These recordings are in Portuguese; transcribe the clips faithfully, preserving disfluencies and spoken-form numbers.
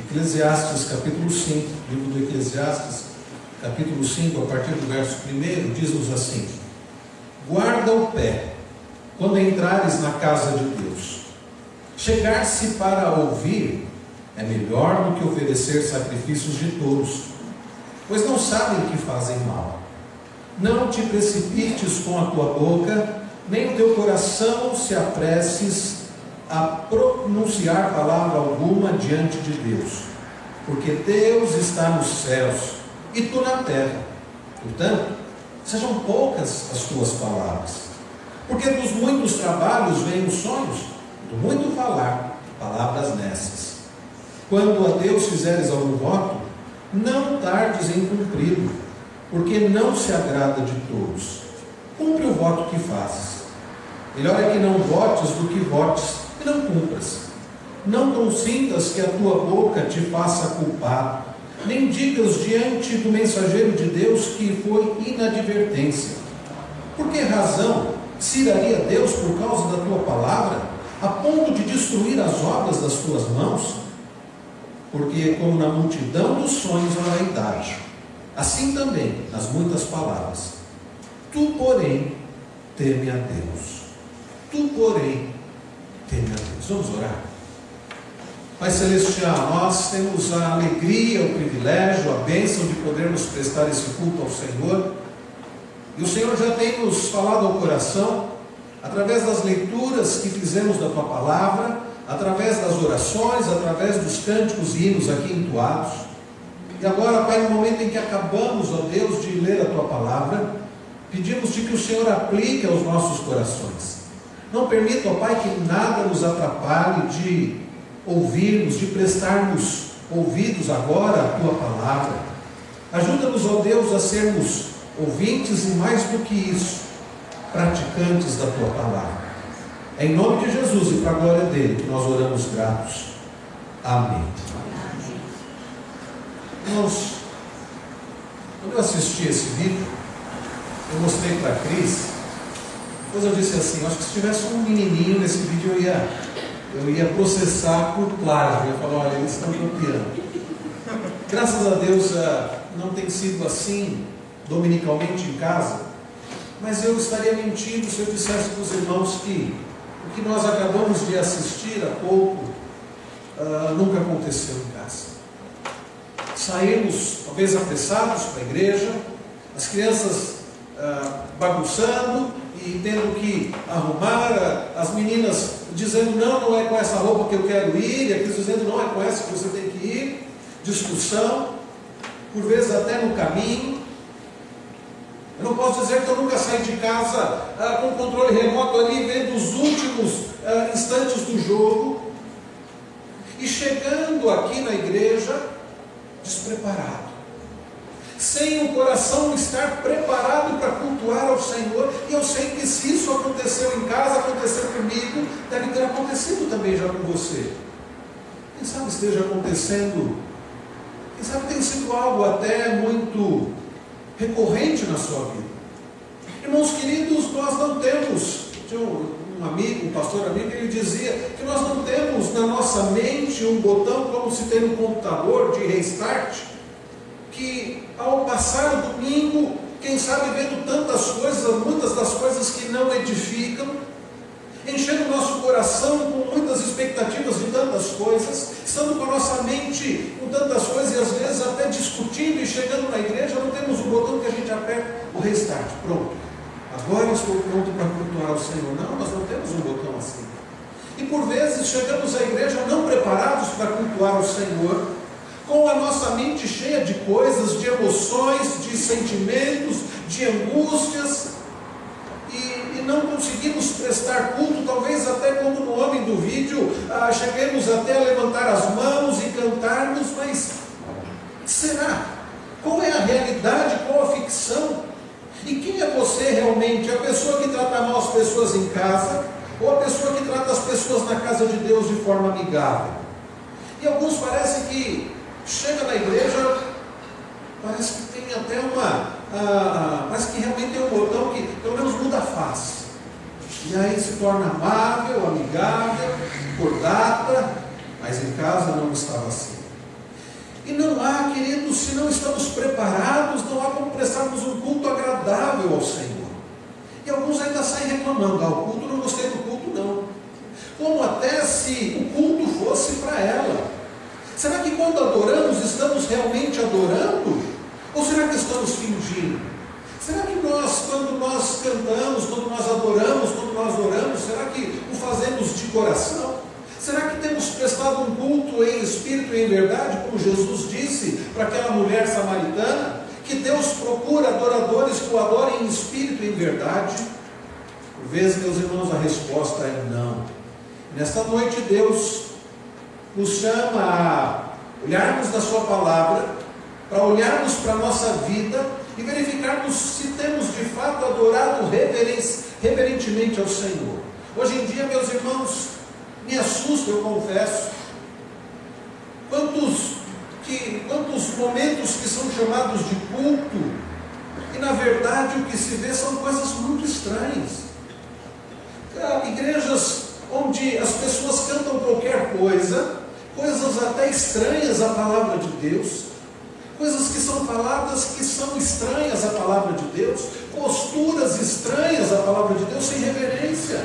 Eclesiastes capítulo cinco, livro do Eclesiastes, capítulo cinco, a partir do verso primeiro, diz-nos assim: guarda o pé quando entrares na casa de Deus. Chegar-se para ouvir é melhor do que oferecer sacrifícios de touros, pois não sabem que fazem mal. Não te precipites com a tua boca, nem o teu coração se apresses a pronunciar palavra alguma diante de Deus, porque Deus está nos céus e tu na terra. Portanto, sejam poucas as tuas palavras, porque dos muitos trabalhos vêm os sonhos, do muito falar, palavras nécias. Quando a Deus fizeres algum voto, não tardes em cumpri-lo, porque não se agrada de todos. Cumpre o voto que fazes. Melhor é que não votes do que votes e não cumpras. Não consintas que a tua boca te faça culpado, nem digas diante do mensageiro de Deus que foi inadvertência. Por que razão se iraria Deus por causa da tua palavra, a ponto de destruir as obras das tuas mãos? Porque como na multidão dos sonhos há vaidade, assim também nas muitas palavras. Tu, porém, teme a Deus. Tu, porém, teme a Deus. Vamos orar? Pai Celestial, nós temos a alegria, o privilégio, a bênção de podermos prestar esse culto ao Senhor. E o Senhor já tem nos falado ao coração, através das leituras que fizemos da Tua Palavra, através das orações, através dos cânticos e hinos aqui entoados. E agora, Pai, no momento em que acabamos, ó Deus, de ler a Tua Palavra, pedimos-te que o Senhor aplique aos nossos corações. Não permita, ó Pai, que nada nos atrapalhe de ouvirmos, de prestarmos ouvidos agora à Tua Palavra. Ajuda-nos, ó Deus, a sermos ouvintes e, mais do que isso, praticantes da Tua Palavra. É em nome de Jesus e para a glória dele que nós oramos gratos. Amém. Irmãos, quando eu assisti esse vídeo, eu mostrei para a Cris, depois eu disse assim, acho que se tivesse um menininho nesse vídeo eu ia, eu ia processar por plágio, eu ia falar, olha, eles estão copiando. Graças a Deus não tem sido assim dominicalmente em casa, mas eu estaria mentindo se eu dissesse para os irmãos que o que nós acabamos de assistir há pouco uh, nunca aconteceu em casa. Saímos talvez apressados para a igreja, as crianças uh, bagunçando e tendo que arrumar, uh, as meninas dizendo não, não é com essa roupa que eu quero ir, e aqueles dizendo não, é com essa que você tem que ir, discussão, por vezes até no caminho. Eu não posso dizer que eu nunca saí de casa ah, com o controle remoto ali, vendo os últimos ah, instantes do jogo, e chegando aqui na igreja, despreparado, sem o coração estar preparado para cultuar ao Senhor. E eu sei que se isso aconteceu em casa, aconteceu comigo, deve ter acontecido também já com você. Quem sabe esteja acontecendo, quem sabe tenha sido algo até muito recorrente na sua vida. Irmãos queridos, nós não temos, tinha um, um amigo, um pastor amigo, ele dizia que nós não temos na nossa mente um botão como se tem no computador de restart, que ao passar o domingo, quem sabe vendo tantas coisas, muitas das coisas que não edificam, enchendo o nosso coração com muitas expectativas de tantas coisas, estando com a nossa mente com tantas coisas e às vezes até discutindo, e chegando na igreja não temos um botão que a gente aperta o restart, pronto, agora eu estou pronto para cultuar o Senhor. Não, nós não temos um botão assim. E por vezes chegamos à igreja não preparados para cultuar o Senhor, com a nossa mente cheia de coisas, de emoções, de sentimentos, de angústias, e, e não conseguimos prestar culto, talvez até como no homem do vídeo, ah, cheguemos até a levantar as mãos e cantarmos, mas será? Qual é a realidade, qual a ficção? E quem é você realmente? A pessoa que trata mal as pessoas em casa, ou a pessoa que trata as pessoas na casa de Deus de forma amigável? E alguns parece que chega na igreja, parece que tem até uma, ah, parece que realmente tem um botão que pelo menos muda a face, e aí se torna amável, amigável, por data, mas em casa não estava assim. E não há, queridos, se não estamos preparados, não há como prestarmos um culto agradável ao Senhor. E alguns ainda saem reclamando: ah, o culto, não gostei do culto, não. Como até se o culto fosse para ela. Será que quando adoramos, estamos realmente adorando? Ou será que estamos fingindo? Será que nós, quando nós cantamos, quando nós adoramos, quando nós oramos, será que o fazemos de coração? Será que temos prestado um culto em espírito e em verdade, como Jesus disse para aquela mulher samaritana, que Deus procura adoradores que o adorem em espírito e em verdade? Por vezes, meus irmãos, a resposta é não. Nesta noite, Deus nos chama a olharmos na sua palavra, para olharmos para a nossa vida e verificarmos se temos de fato adorado reverentemente ao Senhor. Hoje em dia, meus irmãos, me assusta, eu confesso, quantos, que, quantos momentos que são chamados de culto, e na verdade o que se vê são coisas muito estranhas. Igrejas onde as pessoas cantam qualquer coisa, coisas até estranhas à palavra de Deus, coisas que são faladas que são estranhas à palavra de Deus, posturas estranhas à palavra de Deus, sem reverência.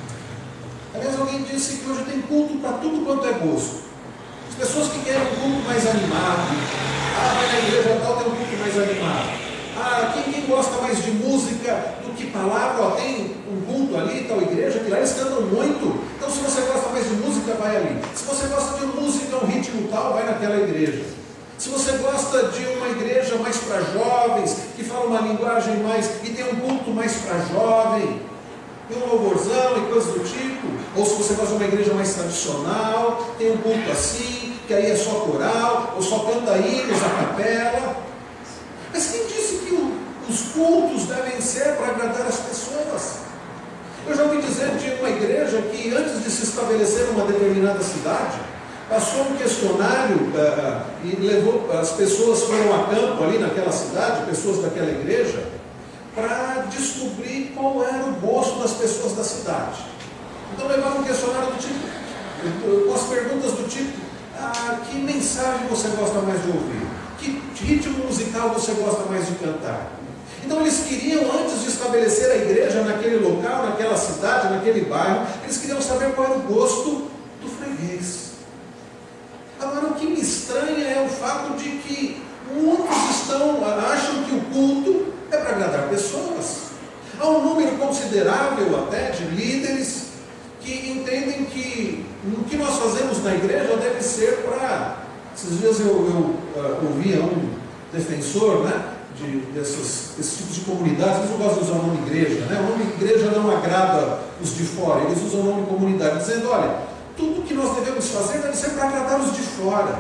Aliás, alguém disse que hoje tem culto para tudo quanto é gosto. As pessoas que querem um culto mais animado, ah, vai na igreja tal, tem um culto mais animado. Ah, quem, quem gosta mais de música do que palavra, ó, tem um culto ali, tal igreja, que lá eles cantam muito. Então, se você gosta mais de música, vai ali. Se você gosta de música, um ritmo tal, vai naquela igreja. Se você gosta de uma igreja mais para jovens, que fala uma linguagem mais, e tem um culto mais para jovem, tem um louvorzão e coisas do tipo, ou se você gosta de uma igreja mais tradicional, tem um culto assim, que aí é só coral, ou só canta hinos, a capela. Mas quem disse que o, os cultos devem ser para agradar as pessoas? Eu já ouvi dizer de uma igreja que antes de se estabelecer numa determinada cidade, passou um questionário uh, e levou, as pessoas foram a campo ali naquela cidade, pessoas daquela igreja, para descobrir qual era o gosto das pessoas da cidade. Então levava um questionário do tipo, com as perguntas do tipo: ah, que mensagem você gosta mais de ouvir? Que ritmo musical você gosta mais de cantar? Então eles queriam, antes de estabelecer a igreja naquele local, naquela cidade, naquele bairro, eles queriam saber qual era o gosto do freguês. Agora, o que me estranha é o fato de que muitos estão, acham que o culto é para agradar pessoas. Há um número considerável até de líderes que entendem que o que nós fazemos na igreja deve ser para... Esses dias eu, eu uh, ouvia um defensor, né, de, dessas, desses tipos de comunidades. Eles não gostam de usar o nome igreja, né? O nome igreja não agrada os de fora, eles usam o nome comunidade, dizendo: olha, tudo que nós devemos fazer deve ser para agradar os de fora.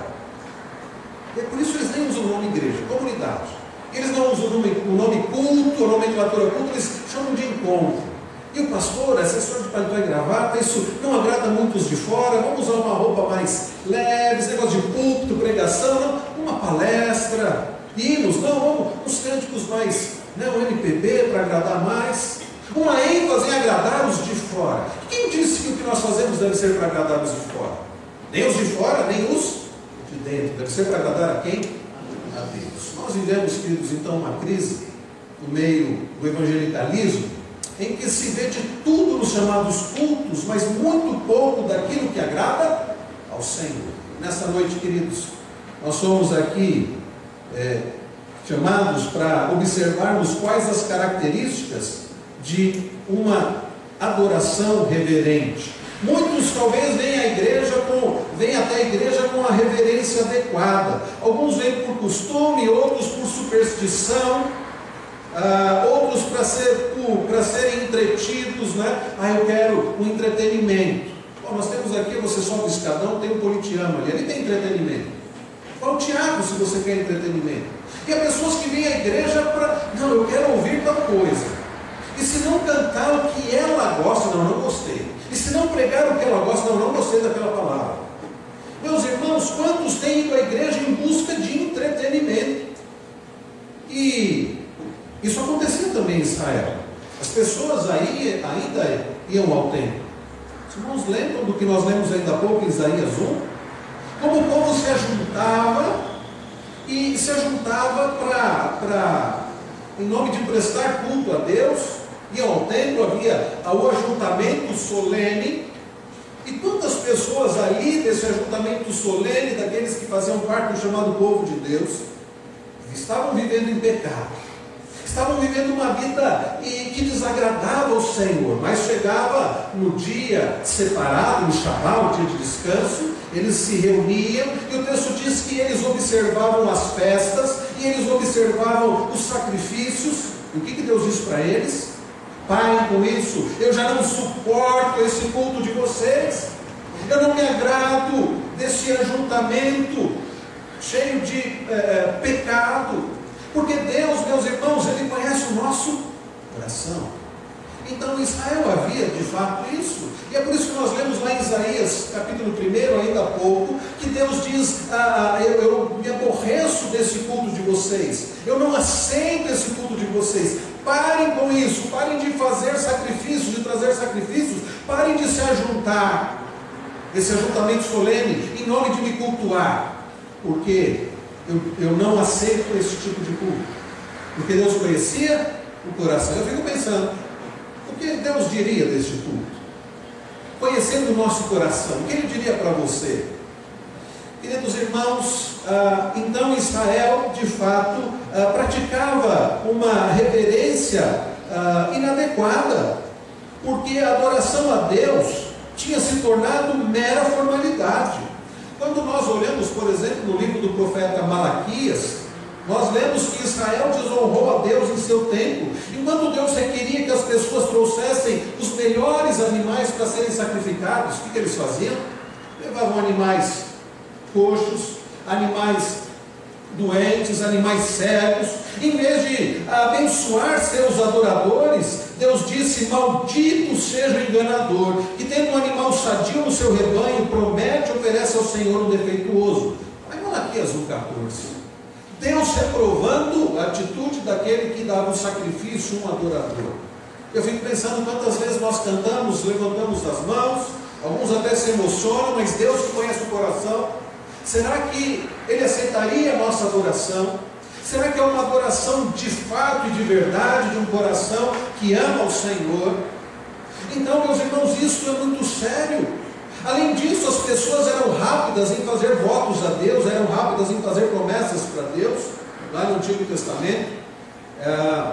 E é por isso eles nem usam o nome igreja, comunidade. Eles não usam o nome, o nome culto, a nomenclatura culto, eles chamam de encontro. E o pastor, essa história de paletó e gravata, isso não agrada muito os de fora. Vamos usar uma roupa mais leve, esse negócio de púlpito, pregação, não, uma palestra, hinos, não, vamos uns cânticos mais, né, um M P B para agradar mais. Uma ênfase em agradar os de fora. Quem disse que o que nós fazemos deve ser para agradar os de fora? Nem os de fora, nem os de dentro. Deve ser para agradar a quem? A Deus. Nós vivemos, queridos, então uma crise no meio do evangelicalismo, em que se vê de tudo nos chamados cultos, mas muito pouco daquilo que agrada ao Senhor. Nessa noite, queridos, nós somos aqui é, chamados para observarmos quais as características de uma adoração reverente. Muitos talvez vêm à igreja com, vêm até a igreja com a reverência adequada. Alguns vêm por costume, outros por superstição, ah, outros para ser, para serem entretidos, né? Ah, eu quero um entretenimento. Bom, nós temos aqui, você sobe o escadão, tem um politeama ali, ali tem entretenimento. Qual o teatro se você quer entretenimento? E há pessoas que vêm à igreja para, não, eu quero ouvir tal coisa. E se não cantar o que ela gosta, não, não gostei. E se não pregar o que ela gosta, não, não gostei daquela palavra. Meus irmãos, quantos têm ido à igreja em busca de entretenimento? E isso acontecia também em Israel. As pessoas aí ainda iam ao templo. Os irmãos lembram do que nós lemos ainda há pouco em Isaías um? Como o povo se ajuntava e se ajuntava para, em nome de prestar culto a Deus, iam ao templo, havia o ajuntamento solene. E quantas pessoas ali desse ajuntamento solene, daqueles que faziam parte do chamado povo de Deus, estavam vivendo em pecado, estavam vivendo uma vida que desagradava ao Senhor, mas chegava no dia separado, no Shabbat, o dia de descanso, eles se reuniam, e o texto diz que eles observavam as festas, e eles observavam os sacrifícios. E o que, que Deus disse para eles? Parem com isso, eu já não suporto esse culto de vocês, eu não me agrado desse ajuntamento cheio de é, pecado, porque Deus, meus irmãos, Ele conhece o nosso coração. Então em Israel havia de fato isso, e é por isso que nós lemos lá em Isaías capítulo um, ainda há pouco, que Deus diz, ah, eu, eu me aborreço desse culto de vocês, eu não aceito esse culto de vocês. Parem com isso, parem de fazer sacrifícios, de trazer sacrifícios, parem de se ajuntar, esse ajuntamento solene, em nome de me cultuar, porque eu, eu não aceito esse tipo de culto, porque Deus conhecia o coração. Eu fico pensando, o que Deus diria desse culto? Conhecendo o nosso coração, o que Ele diria para você? Queridos irmãos, ah, então Israel de fato ah, praticava uma reverência ah, inadequada, porque a adoração a Deus tinha se tornado mera formalidade. Quando nós olhamos, por exemplo, no livro do profeta Malaquias, nós lemos que Israel desonrou a Deus em seu templo, enquanto Deus requeria que as pessoas trouxessem os melhores animais para serem sacrificados. O que, que eles faziam? Levavam animais coxos, animais doentes, animais cegos. Em vez de abençoar seus adoradores, Deus disse: maldito seja o enganador, que tendo um animal sadio no seu rebanho, promete e oferece ao Senhor um defeituoso. Aí Malaquias um catorze. Deus reprovando a atitude daquele que dava um sacrifício, um adorador. Eu fico pensando quantas vezes nós cantamos, levantamos as mãos, alguns até se emocionam, mas Deus que conhece o coração, será que Ele aceitaria a nossa adoração? Será que é uma adoração de fato e de verdade, de um coração que ama o Senhor? Então, meus irmãos, isso é muito sério. Além disso, as pessoas eram rápidas em fazer votos a Deus, eram rápidas em fazer promessas para Deus, lá no Antigo Testamento, é,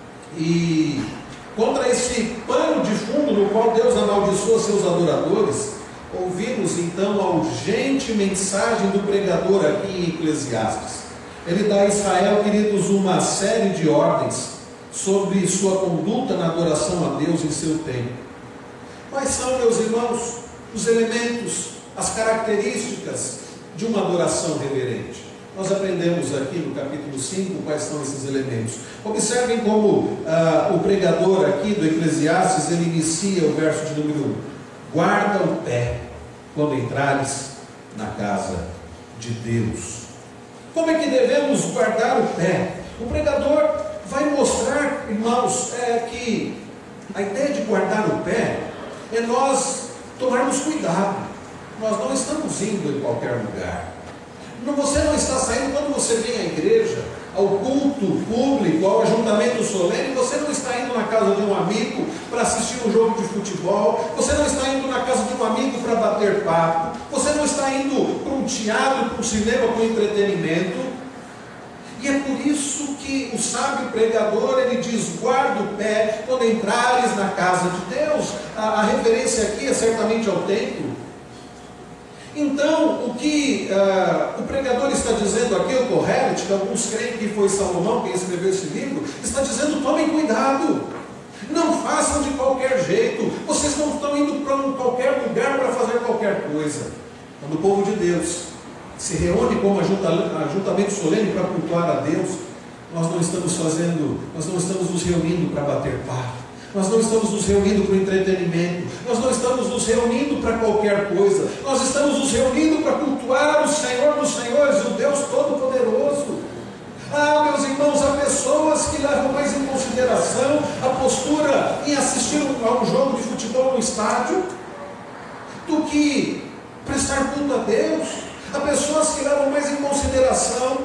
e contra esse pano de fundo no qual Deus amaldiçoa seus adoradores, ouvimos então a urgente mensagem do pregador aqui em Eclesiastes. Ele dá a Israel, queridos, uma série de ordens sobre sua conduta na adoração a Deus em seu tempo. Quais são, meus irmãos, os elementos, as características de uma adoração reverente? Nós aprendemos aqui no capítulo cinco quais são esses elementos. Observem como ah, o pregador aqui do Eclesiastes, ele inicia o verso de número um: guarda o pé quando entrares na casa de Deus. Como é que devemos guardar o pé? O pregador vai mostrar, irmãos, é, que a ideia de guardar o pé é nós tomarmos cuidado. Nós não estamos indo em qualquer lugar. Você não está saindo, quando você vem à igreja, ao culto público, ao ajuntamento solene, você não está indo na casa de um amigo para assistir um jogo de futebol, você não está indo na casa de um amigo para bater papo, você não está indo para um teatro, para um cinema, para um entretenimento. E é por isso que o sábio pregador, ele diz: guarda o pé quando entrares na casa de Deus. A, a referência aqui é certamente ao templo. Então, o que uh, o pregador está dizendo aqui, o Corrélite, que alguns creem que foi Salomão quem escreveu esse livro, está dizendo: tomem cuidado, não façam de qualquer jeito, vocês não estão indo para um, qualquer lugar para fazer qualquer coisa. Quando o povo de Deus se reúne como ajuntamento solene para cultuar a Deus, nós não estamos fazendo, nós não estamos nos reunindo para bater papo, nós não estamos nos reunindo para o entretenimento, nós não estamos nos reunindo para qualquer coisa, nós estamos nos reunindo para cultuar o Senhor dos Senhores, o Deus Todo-Poderoso. Ah, meus irmãos, há pessoas que levam mais em consideração a postura em assistir a um jogo de futebol no estádio do que prestar culto a Deus. Há pessoas que levam mais em consideração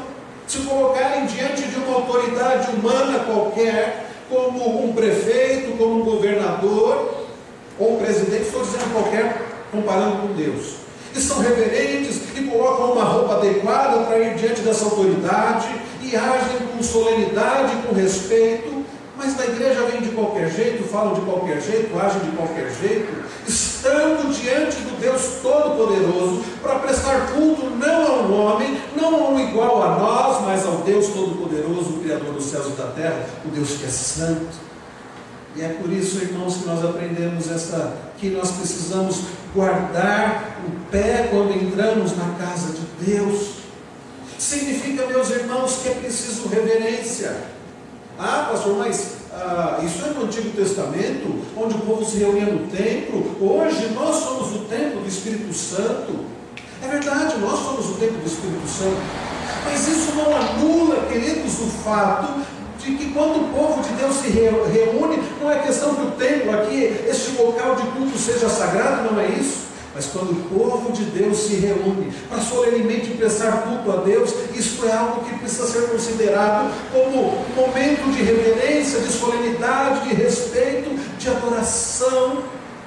se colocarem diante de uma autoridade humana qualquer, como um prefeito, como um governador, ou um presidente, estou dizendo qualquer, comparando com Deus. E são reverentes e colocam uma roupa adequada para ir diante dessa autoridade e agem com solenidade, com respeito, mas na igreja vêm de qualquer jeito, falam de qualquer jeito, agem de qualquer jeito, estando diante do Deus Todo-Poderoso para prestar culto não a um homem, não a um igual a nós, mas ao Deus Todo-Poderoso, o Criador dos céus e da terra, o Deus que é santo. E é por isso, irmãos, que nós aprendemos essa, que nós precisamos guardar o pé quando entramos na casa de Deus. Significa, meus irmãos, que é preciso reverência. Ah, pastor, mas ah, isso é no Antigo Testamento, onde o povo se reunia no templo. Hoje nós somos o templo do Espírito Santo. É verdade, nós somos o templo do Espírito Santo. Mas isso não anula, queridos, o fato de que quando o povo de Deus se reúne, não é questão que o templo aqui, este local de culto seja sagrado, não é isso. Mas quando o povo de Deus se reúne para solenemente prestar culto a Deus, isso é algo que precisa ser considerado como um momento de reverência, de solenidade, de respeito, de adoração.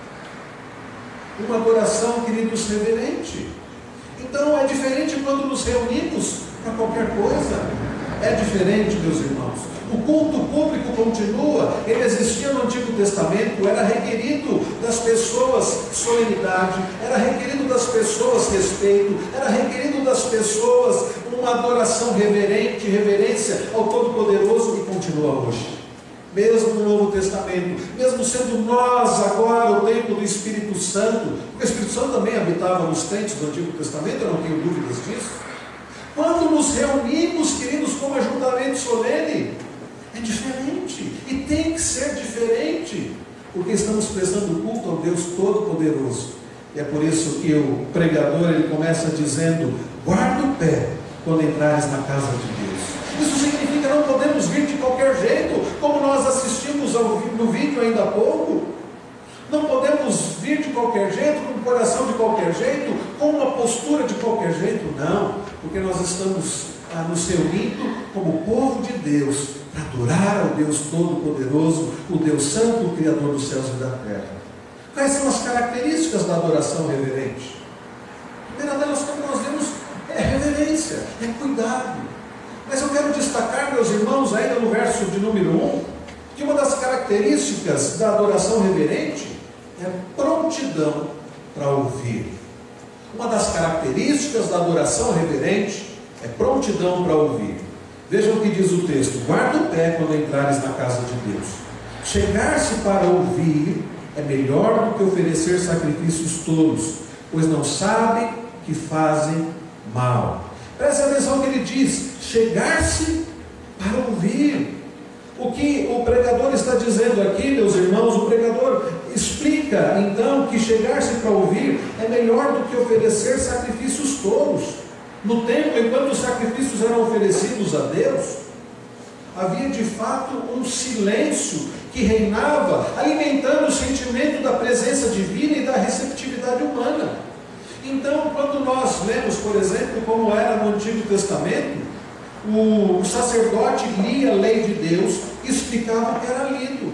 Uma adoração, queridos, reverente. Então é diferente quando nos reunimos para qualquer coisa. É diferente, meus irmãos. O culto público continua, ele existia no Antigo Testamento, era requerido das pessoas solenidade, era requerido das pessoas respeito, era requerido das pessoas uma adoração reverente, reverência ao Todo-Poderoso, e continua hoje. Mesmo no Novo Testamento, mesmo sendo nós agora o templo do Espírito Santo, porque o Espírito Santo também habitava nos templos do Antigo Testamento, eu não tenho dúvidas disso. Quando nos reunimos, queridos, como ajuntamento solene, é diferente, e tem que ser diferente, porque estamos prestando culto ao Deus Todo-Poderoso. E é por isso que o pregador, ele começa dizendo: guarda o pé quando entrares na casa de Deus. Isso significa não podemos vir de qualquer jeito, como nós assistimos ao, no vídeo ainda há pouco. Não podemos vir de qualquer jeito, com o coração de qualquer jeito, com uma postura de qualquer jeito, não, porque nós estamos ah, nos reunindo como povo de Deus, para adorar ao Deus Todo-Poderoso, o Deus Santo, o Criador dos céus e da terra. Quais são as características da adoração reverente? A primeira delas, como nós vemos, é reverência, é cuidado. Mas eu quero destacar, meus irmãos, ainda no verso de número um, que uma das características da adoração reverente é prontidão para ouvir. Uma das características da adoração reverente é prontidão para ouvir. Vejam o que diz o texto: guarda o pé quando entrares na casa de Deus. Chegar-se para ouvir é melhor do que oferecer sacrifícios tolos, pois não sabem que fazem mal. Preste atenção no que ele diz: chegar-se para ouvir. O que o pregador está dizendo aqui, meus irmãos, o pregador explica então que chegar-se para ouvir é melhor do que oferecer sacrifícios tolos. No templo, enquanto os sacrifícios eram oferecidos a Deus, havia de fato um silêncio que reinava, alimentando o sentimento da presença divina e da receptividade humana. Então, quando nós lemos, por exemplo, como era no Antigo Testamento, o sacerdote lia a lei de Deus e explicava o que era lido.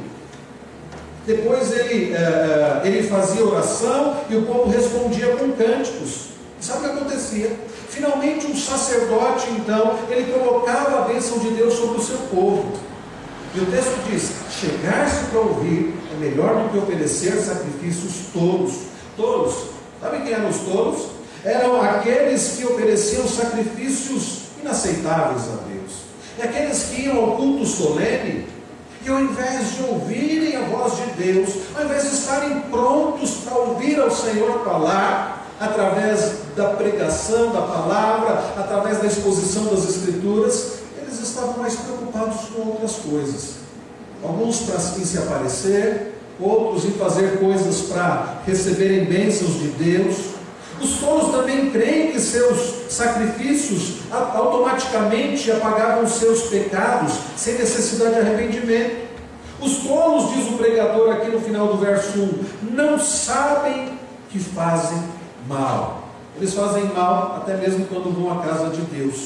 Depois ele, é, ele fazia oração e o povo respondia com cânticos. Sabe o que acontecia? Finalmente um sacerdote, então, ele colocava a bênção de Deus sobre o seu povo. E o texto diz: chegar-se para ouvir é melhor do que oferecer sacrifícios tolos. Tolos, sabe quem eram os tolos? Eram aqueles que ofereciam sacrifícios inaceitáveis a Deus. E aqueles que iam ao culto solene, e ao invés de ouvirem a voz de Deus, ao invés de estarem prontos para ouvir ao Senhor falar, através da pregação da palavra, através da exposição das Escrituras, eles estavam mais preocupados com outras coisas. Alguns para se aparecer, outros em fazer coisas para receberem bênçãos de Deus. Os tolos também creem que seus sacrifícios automaticamente apagavam os seus pecados, sem necessidade de arrependimento. Os tolos, diz o pregador aqui no final do verso um, não sabem que fazem mal. Eles fazem mal até mesmo quando vão à casa de Deus.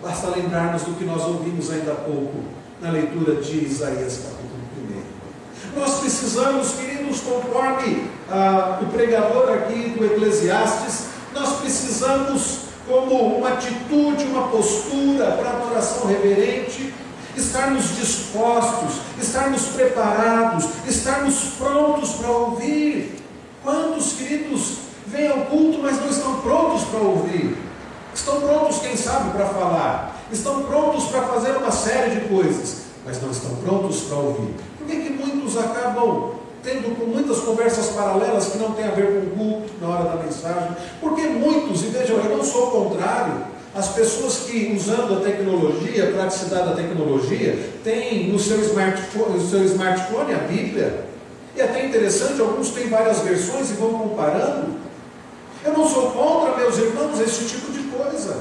Basta lembrarmos do que nós ouvimos ainda há pouco na leitura de Isaías capítulo primeiro. Nós precisamos, queridos, conforme ah, o pregador aqui do Eclesiastes, nós precisamos, como uma atitude, uma postura para adoração reverente, estarmos dispostos, estarmos preparados, estarmos prontos para ouvir. Quantos, queridos, vêm ao culto, mas não estão prontos para ouvir? Estão prontos, quem sabe, para falar, estão prontos para fazer uma série de coisas, mas não estão prontos para ouvir. Por que que muitos acabam tendo com muitas conversas paralelas que não têm a ver com o culto na hora da mensagem? Porque muitos, e vejam, eu não sou o contrário, as pessoas que, usando a tecnologia, a praticidade da tecnologia, têm no seu smartphone, no seu smartphone a Bíblia, e é até interessante, alguns têm várias versões e vão comparando. Eu não sou contra, meus irmãos, esse tipo de coisa.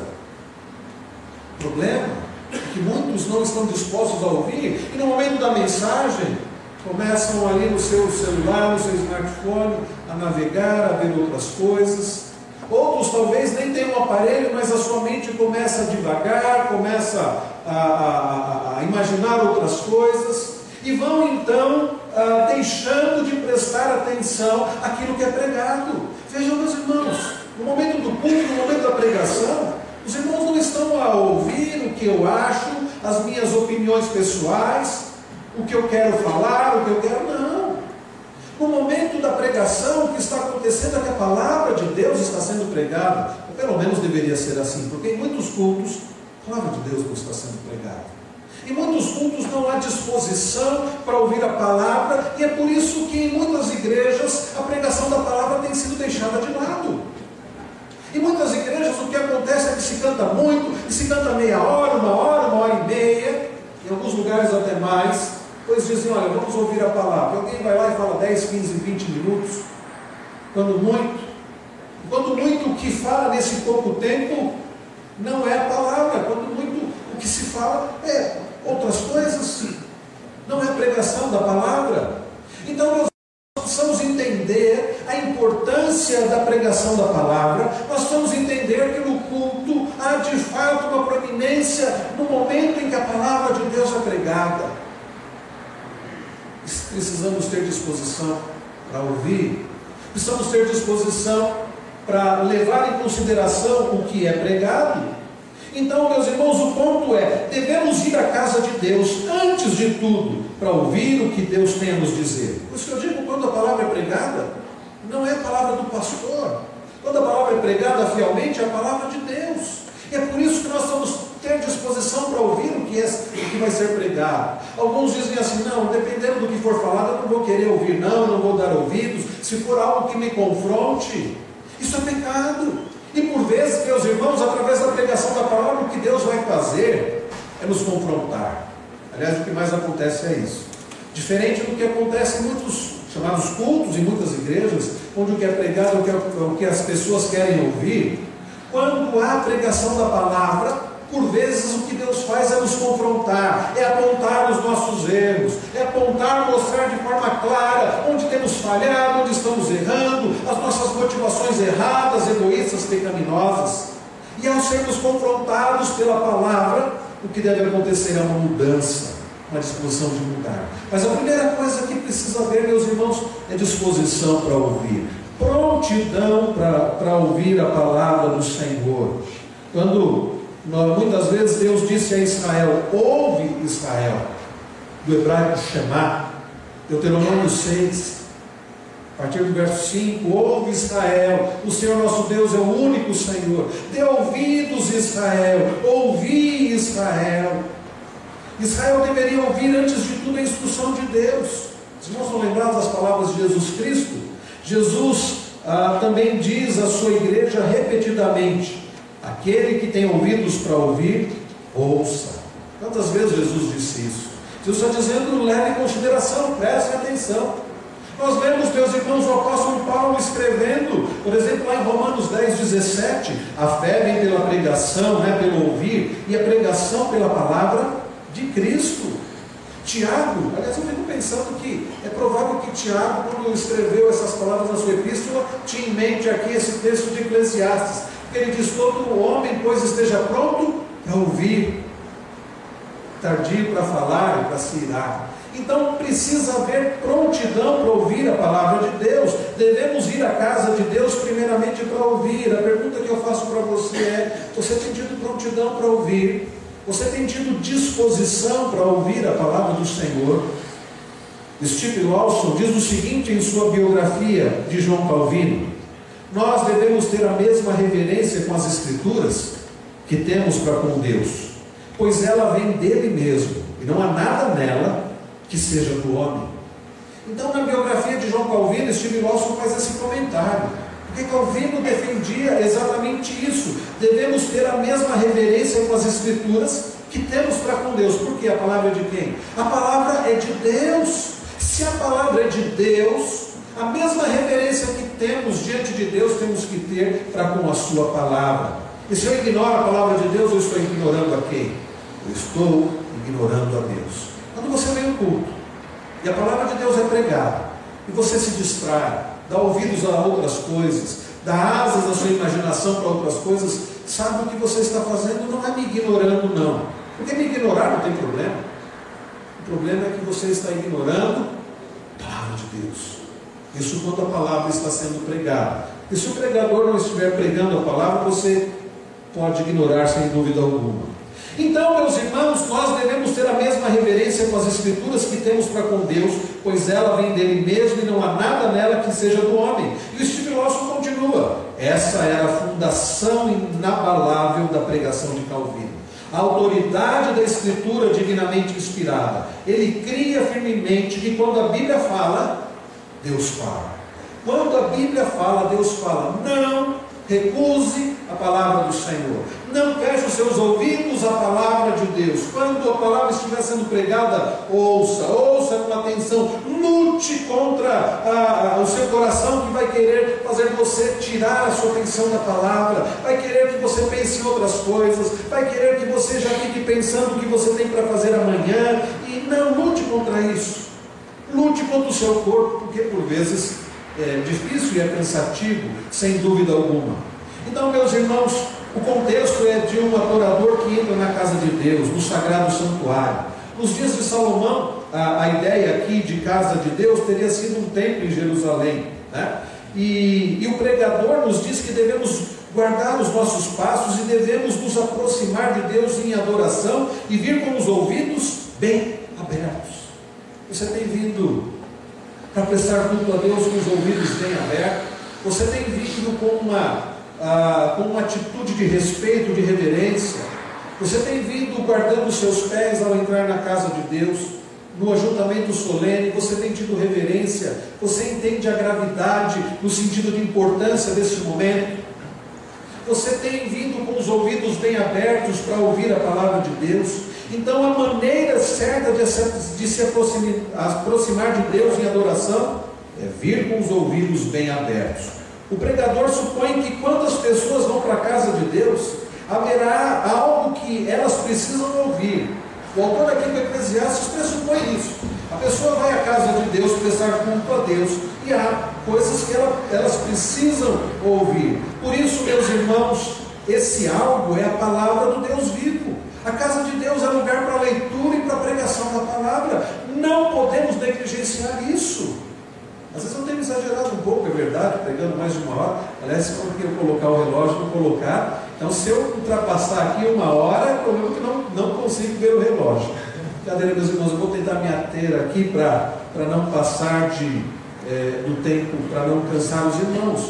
O problema é que muitos não estão dispostos a ouvir, e no momento da mensagem, começam ali no seu celular, no seu smartphone, a navegar, a ver outras coisas. Outros talvez nem tenham um aparelho, mas a sua mente começa a divagar, começa a, a, a imaginar outras coisas, e vão então ah, deixando de prestar atenção àquilo que é pregado. Vejam, meus irmãos, no momento do culto, no momento da pregação, os irmãos não estão a ouvir o que eu acho, as minhas opiniões pessoais, o que eu quero falar, o que eu quero, não. No momento da pregação, o que está acontecendo é que a palavra de Deus está sendo pregada, ou pelo menos deveria ser assim, porque em muitos cultos, a palavra de Deus não está sendo pregada. Em muitos cultos não há disposição para ouvir a palavra, e é por isso que em muitas igrejas a pregação da palavra tem sido deixada de lado. Em muitas igrejas o que acontece é que se canta muito, e se canta meia hora, uma hora, uma hora e meia, em alguns lugares até mais, pois dizem, olha, vamos ouvir a palavra. E alguém vai lá e fala dez, quinze, vinte minutos, quando muito. Quando muito o que fala nesse pouco tempo não é a palavra, quando muito o que se fala é outras coisas, não é a pregação da palavra. Então nós precisamos entender a importância da pregação da palavra, nós precisamos entender que no culto há de fato uma proeminência no momento em que a palavra de Deus é pregada. Precisamos ter disposição para ouvir, precisamos ter disposição para levar em consideração o que é pregado. Então, meus irmãos, o ponto é, devemos ir à casa de Deus, antes de tudo, para ouvir o que Deus tem a nos dizer. Por isso que eu digo, quando a palavra é pregada, não é a palavra do pastor. Quando a palavra é pregada fielmente, é a palavra de Deus. E é por isso que nós vamos ter disposição para ouvir o que, é, o que vai ser pregado. Alguns dizem assim, não, dependendo do que for falado, eu não vou querer ouvir, não, não vou dar ouvidos. Se for algo que me confronte, isso é pecado. E por vezes, meus irmãos, através da pregação da palavra, o que Deus vai fazer é nos confrontar. Aliás, o que mais acontece é isso. Diferente do que acontece em muitos chamados cultos, em muitas igrejas, onde o que é pregado, o que, é, o que as pessoas querem ouvir, quando há pregação da palavra, por vezes o que Deus faz é nos confrontar, é apontar os nossos erros, é apontar, mostrar de forma clara onde temos falhado, onde estamos errando, as nossas motivações erradas, egoístas, pecaminosas. E ao sermos confrontados pela palavra, o que deve acontecer é uma mudança, uma disposição de mudar. Mas a primeira coisa que precisa haver, meus irmãos, é disposição para ouvir, prontidão para ouvir a palavra do Senhor. Quando muitas vezes Deus disse a Israel, ouve Israel, do hebraico Shema, Deuteronômio seis, a partir do verso cinco, ouve Israel, o Senhor nosso Deus é o único Senhor, dê ouvidos Israel, ouvi Israel. Israel deveria ouvir antes de tudo a instrução de Deus. Os irmãos estão lembrados das palavras de Jesus Cristo? Jesus ah, também diz à sua igreja repetidamente, aquele que tem ouvidos para ouvir, ouça. Quantas vezes Jesus disse isso? Jesus está dizendo, leve em consideração, preste atenção. Nós vemos, meus irmãos, o apóstolo Paulo escrevendo, por exemplo, lá em Romanos dez, dezessete, a fé vem pela pregação, né, pelo ouvir, e a pregação pela palavra de Cristo. Tiago, aliás, eu fico pensando que é provável que Tiago, quando escreveu essas palavras na sua epístola, tinha em mente aqui esse texto de Eclesiastes. Ele diz, todo homem, pois esteja pronto para ouvir, tardio para falar e para se irar. Então precisa haver prontidão para ouvir a palavra de Deus. Devemos ir à casa de Deus primeiramente para ouvir. A pergunta que eu faço para você é: você tem tido prontidão para ouvir? Você tem tido disposição para ouvir a palavra do Senhor? Steve Lawson diz o seguinte em sua biografia de João Calvino: nós devemos ter a mesma reverência com as Escrituras que temos para com Deus, pois ela vem dele mesmo, e não há nada nela que seja do homem. Então, na biografia de João Calvino, Steve Lawson faz esse comentário, porque Calvino defendia exatamente isso: devemos ter a mesma reverência com as Escrituras que temos para com Deus. Porque a palavra é de quem? A palavra é de Deus. Se a palavra é de Deus, a mesma reverência que temos diante de Deus temos que ter para com a sua palavra. E se eu ignoro a palavra de Deus, eu estou ignorando a quem? Eu estou ignorando a Deus. Quando você vem ao culto e a palavra de Deus é pregada e você se distrai, dá ouvidos a outras coisas, dá asas à sua imaginação para outras coisas, sabe o que você está fazendo? Não é me ignorando, não. Porque me ignorar não tem problema. O problema é que você está ignorando a palavra de Deus. Isso quando a palavra está sendo pregada. E se o pregador não estiver pregando a palavra, você pode ignorar sem dúvida alguma. Então, meus irmãos, nós devemos ter a mesma reverência com as Escrituras que temos para com Deus, pois ela vem dele mesmo e não há nada nela que seja do homem. E o Steve Lawson continua: essa era a fundação inabalável da pregação de Calvino. A autoridade da Escritura divinamente inspirada. Ele cria firmemente que quando a Bíblia fala, Deus fala. Quando a Bíblia fala, Deus fala. Não recuse a palavra do Senhor. Não feche os seus ouvidos à palavra de Deus. Quando a palavra estiver sendo pregada, ouça, ouça com atenção. Lute contra a, a, o seu coração que vai querer fazer você tirar a sua atenção da palavra, vai querer que você pense em outras coisas, vai querer que você já fique pensando o que você tem para fazer amanhã. E não lute contra isso. Lute contra o seu corpo, porque por vezes é difícil e é cansativo, sem dúvida alguma. Então, meus irmãos, o contexto é de um adorador que entra na casa de Deus, no sagrado santuário. Nos dias de Salomão, a, a ideia aqui de casa de Deus teria sido um templo em Jerusalém, né? E, e o pregador nos diz que devemos guardar os nossos passos e devemos nos aproximar de Deus em adoração e vir com os ouvidos bem abertos. Você tem vindo para prestar culto a Deus com os ouvidos bem abertos? Você tem vindo com uma, ah, com uma atitude de respeito, de reverência? Você tem vindo guardando os seus pés ao entrar na casa de Deus, no ajuntamento solene? Você tem tido reverência? Você entende a gravidade no sentido de importância desse momento? Você tem vindo com os ouvidos bem abertos para ouvir a palavra de Deus? Então, a maneira certa de se, de se aproximar, aproximar de Deus em adoração é vir com os ouvidos bem abertos. O pregador supõe que quando as pessoas vão para a casa de Deus, haverá algo que elas precisam ouvir. O autor aqui do Eclesiastes pressupõe isso. A pessoa vai à casa de Deus prestar culto a Deus e há coisas que ela, elas precisam ouvir. Por isso, meus irmãos, esse algo é a palavra do Deus vivo. A casa de Deus é lugar para leitura e para pregação da palavra. Não podemos negligenciar isso. Às vezes eu tenho exagerado um pouco, é verdade, pregando mais de uma hora. Aliás, se eu colocar o relógio, vou colocar. Então, se eu ultrapassar aqui uma hora, é problema que não, não consigo ver o relógio. Brincadeira, meus irmãos, eu vou tentar me ater aqui para não passar de, é, do tempo, para não cansar os irmãos.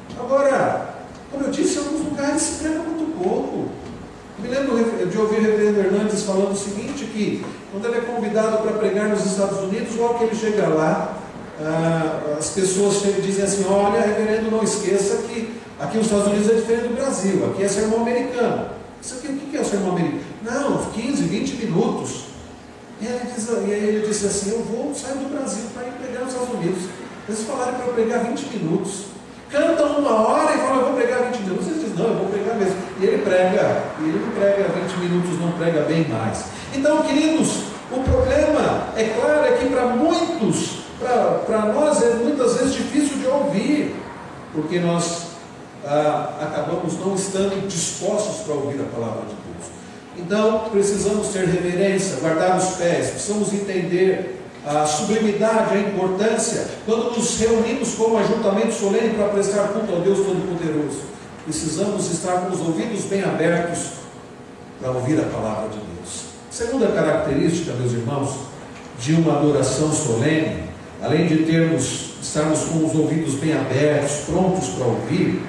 Agora, como eu disse, em alguns lugares se prega muito pouco. Me lembro de ouvir o reverendo Hernandes falando o seguinte, que quando ele é convidado para pregar nos Estados Unidos, logo que ele chega lá, ah, as pessoas chegam e dizem assim: olha, reverendo, não esqueça que aqui nos Estados Unidos é diferente do Brasil, aqui é sermão americano. Isso aqui, o que é o sermão americano? Não, quinze, vinte minutos. E, ele diz, e aí ele disse assim: eu vou sair do Brasil para ir pregar nos Estados Unidos. Eles falaram para eu pregar vinte minutos. Cantam uma hora e falam: eu vou pregar vinte minutos. Ele diz: não, eu vou pregar mesmo. E ele prega, e ele não prega vinte minutos, não prega bem mais. Então, queridos, o problema, é claro, é que para muitos, para nós é muitas vezes difícil de ouvir, porque nós ah, acabamos não estando dispostos para ouvir a palavra de Deus. Então precisamos ter reverência, guardar os pés, precisamos entender a sublimidade, a importância, quando nos reunimos como ajuntamento solene para prestar culto ao Deus Todo-Poderoso. Precisamos estar com os ouvidos bem abertos para ouvir a palavra de Deus. Segunda característica, meus irmãos, de uma adoração solene, além de termos, estarmos com os ouvidos bem abertos, prontos para ouvir,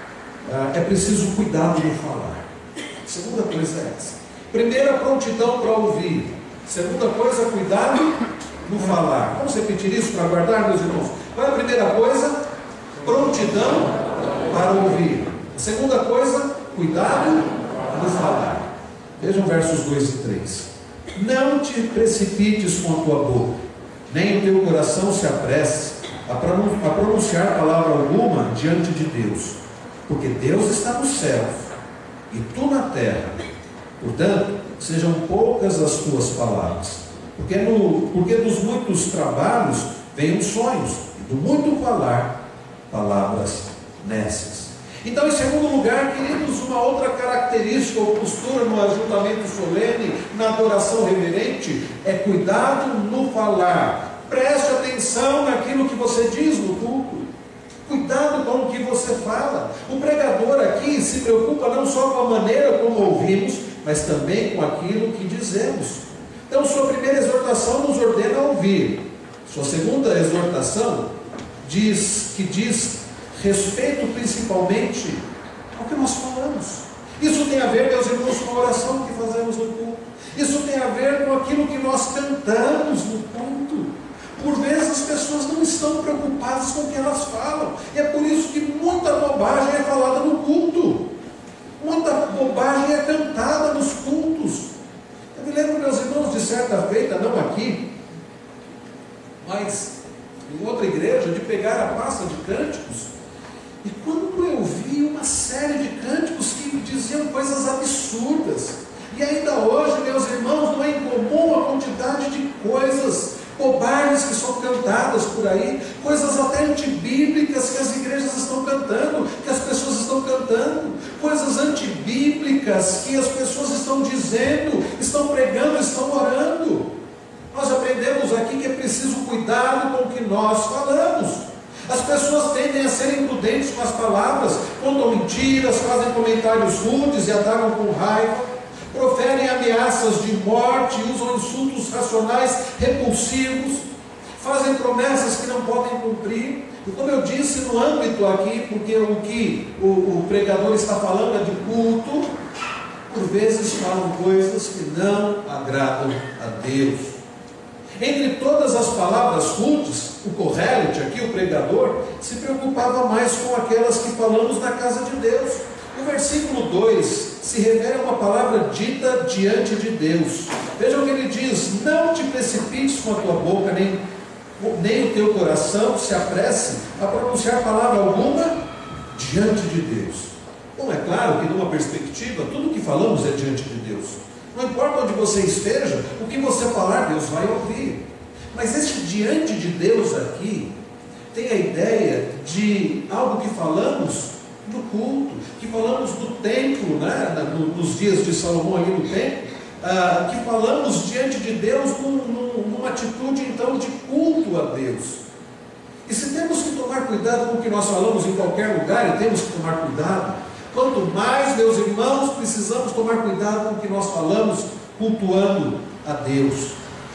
é preciso cuidado no falar. Segunda coisa é essa. Primeira, prontidão para ouvir. Segunda coisa, cuidado no falar. Vamos repetir isso para guardar, meus irmãos? Qual é a primeira coisa? Prontidão para ouvir. A segunda coisa, cuidado no falar. Vejam versos dois e três. Não te precipites com a tua boca, nem o teu coração se apresse a pronunciar palavra alguma diante de Deus, porque Deus está nos céus e tu na terra. Portanto, sejam poucas as tuas palavras, porque, no, porque dos muitos trabalhos vêm os sonhos, e do muito falar, palavras nécias. Então, em segundo lugar, queridos, uma outra característica ou postura no ajuntamento solene, na adoração reverente, é cuidado no falar. Preste atenção naquilo que você diz no culto. Cuidado com o que você fala. O pregador aqui se preocupa não só com a maneira como ouvimos, mas também com aquilo que dizemos. Então, sua primeira exortação nos ordena a ouvir. Sua segunda exortação diz que diz respeito principalmente ao que nós falamos. Isso tem a ver, meus irmãos, com a oração que fazemos no culto. Isso tem a ver com aquilo que nós cantamos no culto. Por vezes as pessoas não estão preocupadas com o que elas falam, e é por isso que muita bobagem é falada no culto, muita bobagem é cantada nos cultos. Eu me lembro, meus irmãos, de certa feita, não aqui, mas em outra igreja, de pegar a pasta de cânticos, e quando eu vi uma série de cânticos que diziam coisas absurdas, e ainda hoje, meus irmãos, não é incomum a quantidade de coisas, bobagens que são cantadas por aí, coisas até antibíblicas que as igrejas estão cantando, que as pessoas estão cantando, coisas antibíblicas que as pessoas estão dizendo, estão pregando, estão orando. Nós aprendemos aqui que é preciso cuidado com o que nós falamos. As pessoas tendem a ser imprudentes com as palavras, contam mentiras, fazem comentários rudes e atacam com raiva, proferem ameaças de morte, usam insultos racionais repulsivos, fazem promessas que não podem cumprir. E como eu disse, no âmbito aqui, porque o que o, o pregador está falando é de culto, por vezes falam coisas que não agradam a Deus. Entre todas as palavras rudes, o Correlite aqui, o pregador, se preocupava mais com aquelas que falamos na casa de Deus. O versículo dois se refere a uma palavra dita diante de Deus. Vejam o que ele diz: não te precipites com a tua boca, nem, nem o teu coração se apresse a pronunciar palavra alguma diante de Deus. Bom, é claro que numa perspectiva, tudo que falamos é diante de Deus. Não importa onde você esteja, o que você falar, Deus vai ouvir. Mas este diante de Deus aqui tem a ideia de algo que falamos no culto, que falamos no templo, né? Nos dias de Salomão ali no templo, ah, que falamos diante de Deus num, num, numa atitude então de culto a Deus. E se temos que tomar cuidado com o que nós falamos em qualquer lugar, e temos que tomar cuidado, quanto mais, meus irmãos, precisamos tomar cuidado com o que nós falamos cultuando a Deus.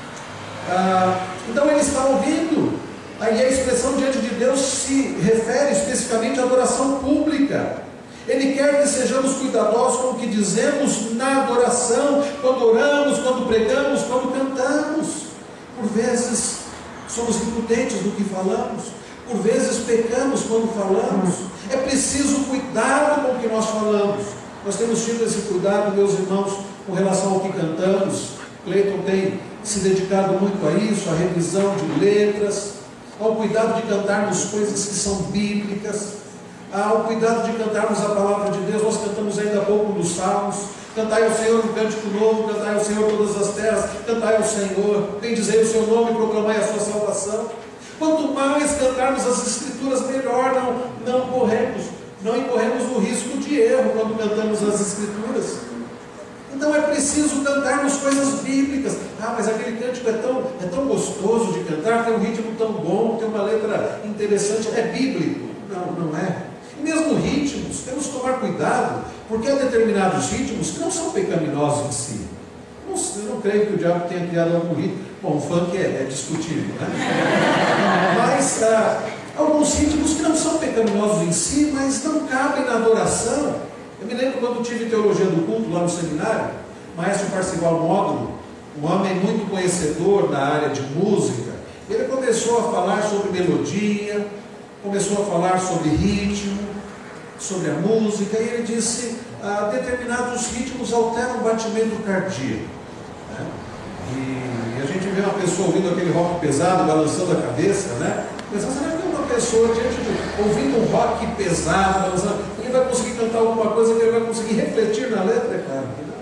Ah, então ele está ouvindo. Aí a expressão diante de Deus se refere especificamente à adoração pública. Ele quer que sejamos cuidadosos com o que dizemos na adoração, quando oramos, quando pregamos, quando cantamos. Por vezes somos imprudentes no que falamos, por vezes pecamos quando falamos. É preciso cuidado com o que nós falamos. Nós temos tido esse cuidado, meus irmãos, com relação ao que cantamos. Cleiton tem se dedicado muito a isso, a revisão de letras, ao cuidado de cantarmos coisas que são bíblicas, ao cuidado de cantarmos a palavra de Deus. Nós cantamos ainda há pouco dos Salmos: cantai ao Senhor um cântico novo, cantai ao Senhor todas as terras, cantai ao Senhor, bendizei o seu nome e proclamai a sua salvação. Quanto mais cantarmos as Escrituras, melhor. Não, não corremos, não incorremos no risco de erro quando cantamos as Escrituras. Então é preciso cantarmos coisas bíblicas. Ah, mas aquele cântico é tão, é tão gostoso de cantar, tem um ritmo tão bom, tem uma letra interessante, é bíblico. Não, não é. E mesmo ritmos, temos que tomar cuidado, porque há determinados ritmos que não são pecaminosos em si. Não, eu não creio que o diabo tenha criado algum ritmo. Bom, o funk é, é discutível, né? Mas ah, alguns ritmos que não são pecaminosos em si, mas não cabem na adoração. Eu me lembro quando tive teologia do culto lá no seminário, o maestro Parcival Módulo, um homem muito conhecedor na área de música, ele começou a falar sobre melodia, começou a falar sobre ritmo, sobre a música, e ele disse, ah, determinados ritmos alteram o batimento cardíaco. Né? E a gente vê uma pessoa ouvindo aquele rock pesado, balançando a cabeça, né? Pensando, será que uma pessoa diante de, ouvindo um rock pesado, balançando, ele vai conseguir cantar alguma coisa que ele vai conseguir refletir na letra? É claro que não.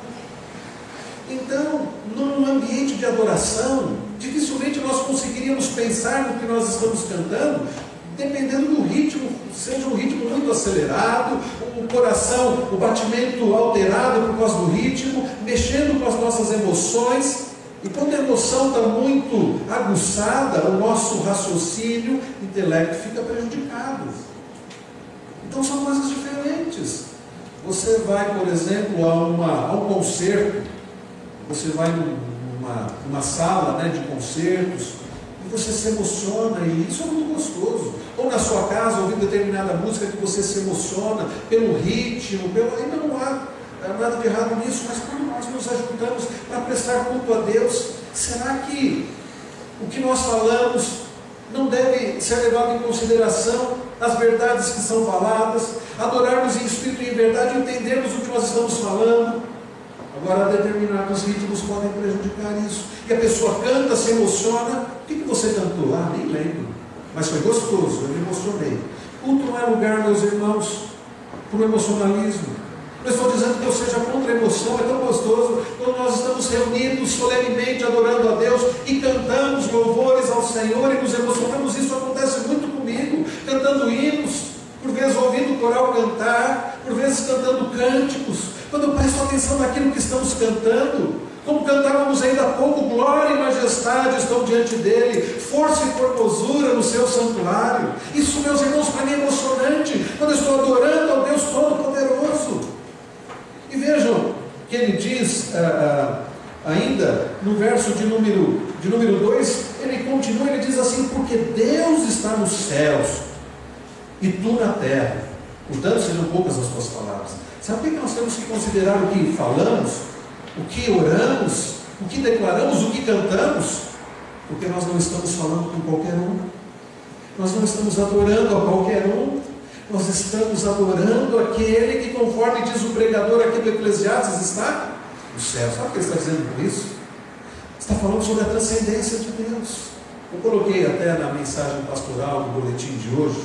Então, num ambiente de adoração, dificilmente nós conseguiríamos pensar no que nós estamos cantando, dependendo do ritmo, seja um ritmo muito acelerado, o coração, o batimento alterado por causa do ritmo, mexendo com as nossas emoções. E quando a emoção está muito aguçada, o nosso raciocínio, intelecto fica prejudicado. Então são coisas diferentes. Você vai, por exemplo, a, uma, a um concerto, você vai numa, numa sala, né, de concertos, e você se emociona, e isso é muito gostoso. Ou na sua casa, ouvindo determinada música que você se emociona pelo ritmo, pelo... ainda não há nada de errado nisso, mas quando nós nos ajuntamos para prestar culto a Deus, será que o que nós falamos não deve ser levado em consideração as verdades que são faladas, adorarmos em espírito e em verdade, entendermos o que nós estamos falando? Agora, determinados ritmos podem prejudicar isso. E a pessoa canta, se emociona. O que, que você cantou? Ah, nem lembro. Mas foi gostoso, eu me emocionei. Culto não é lugar, meus irmãos, para o emocionalismo. Não estou dizendo que eu seja contra a emoção, é tão gostoso quando nós estamos reunidos solenemente adorando a Deus e cantamos louvores ao Senhor e nos emocionamos. Isso acontece muito comigo, cantando hinos, por vezes ouvindo o coral cantar, por vezes cantando cânticos. Quando eu presto atenção naquilo que estamos cantando, como cantávamos ainda há pouco, glória e majestade estão diante dele, força e formosura no seu santuário. Isso, meus irmãos, para mim é emocionante, quando eu estou adorando ao Deus Todo-Poderoso. E vejam que ele diz, ah, ah, ainda no verso de número de número dois, ele continua, ele diz assim, porque Deus está nos céus e tu na terra. Portanto, sejam poucas as tuas palavras. Sabe por que nós temos que considerar o que falamos, o que oramos, o que declaramos, o que cantamos? Porque nós não estamos falando com qualquer um, nós não estamos adorando a qualquer um, nós estamos adorando aquele que, conforme diz o pregador aqui do Eclesiastes, está no céu. Sabe o que ele está dizendo com isso? Está falando sobre a transcendência de Deus. Eu coloquei até na mensagem pastoral do boletim de hoje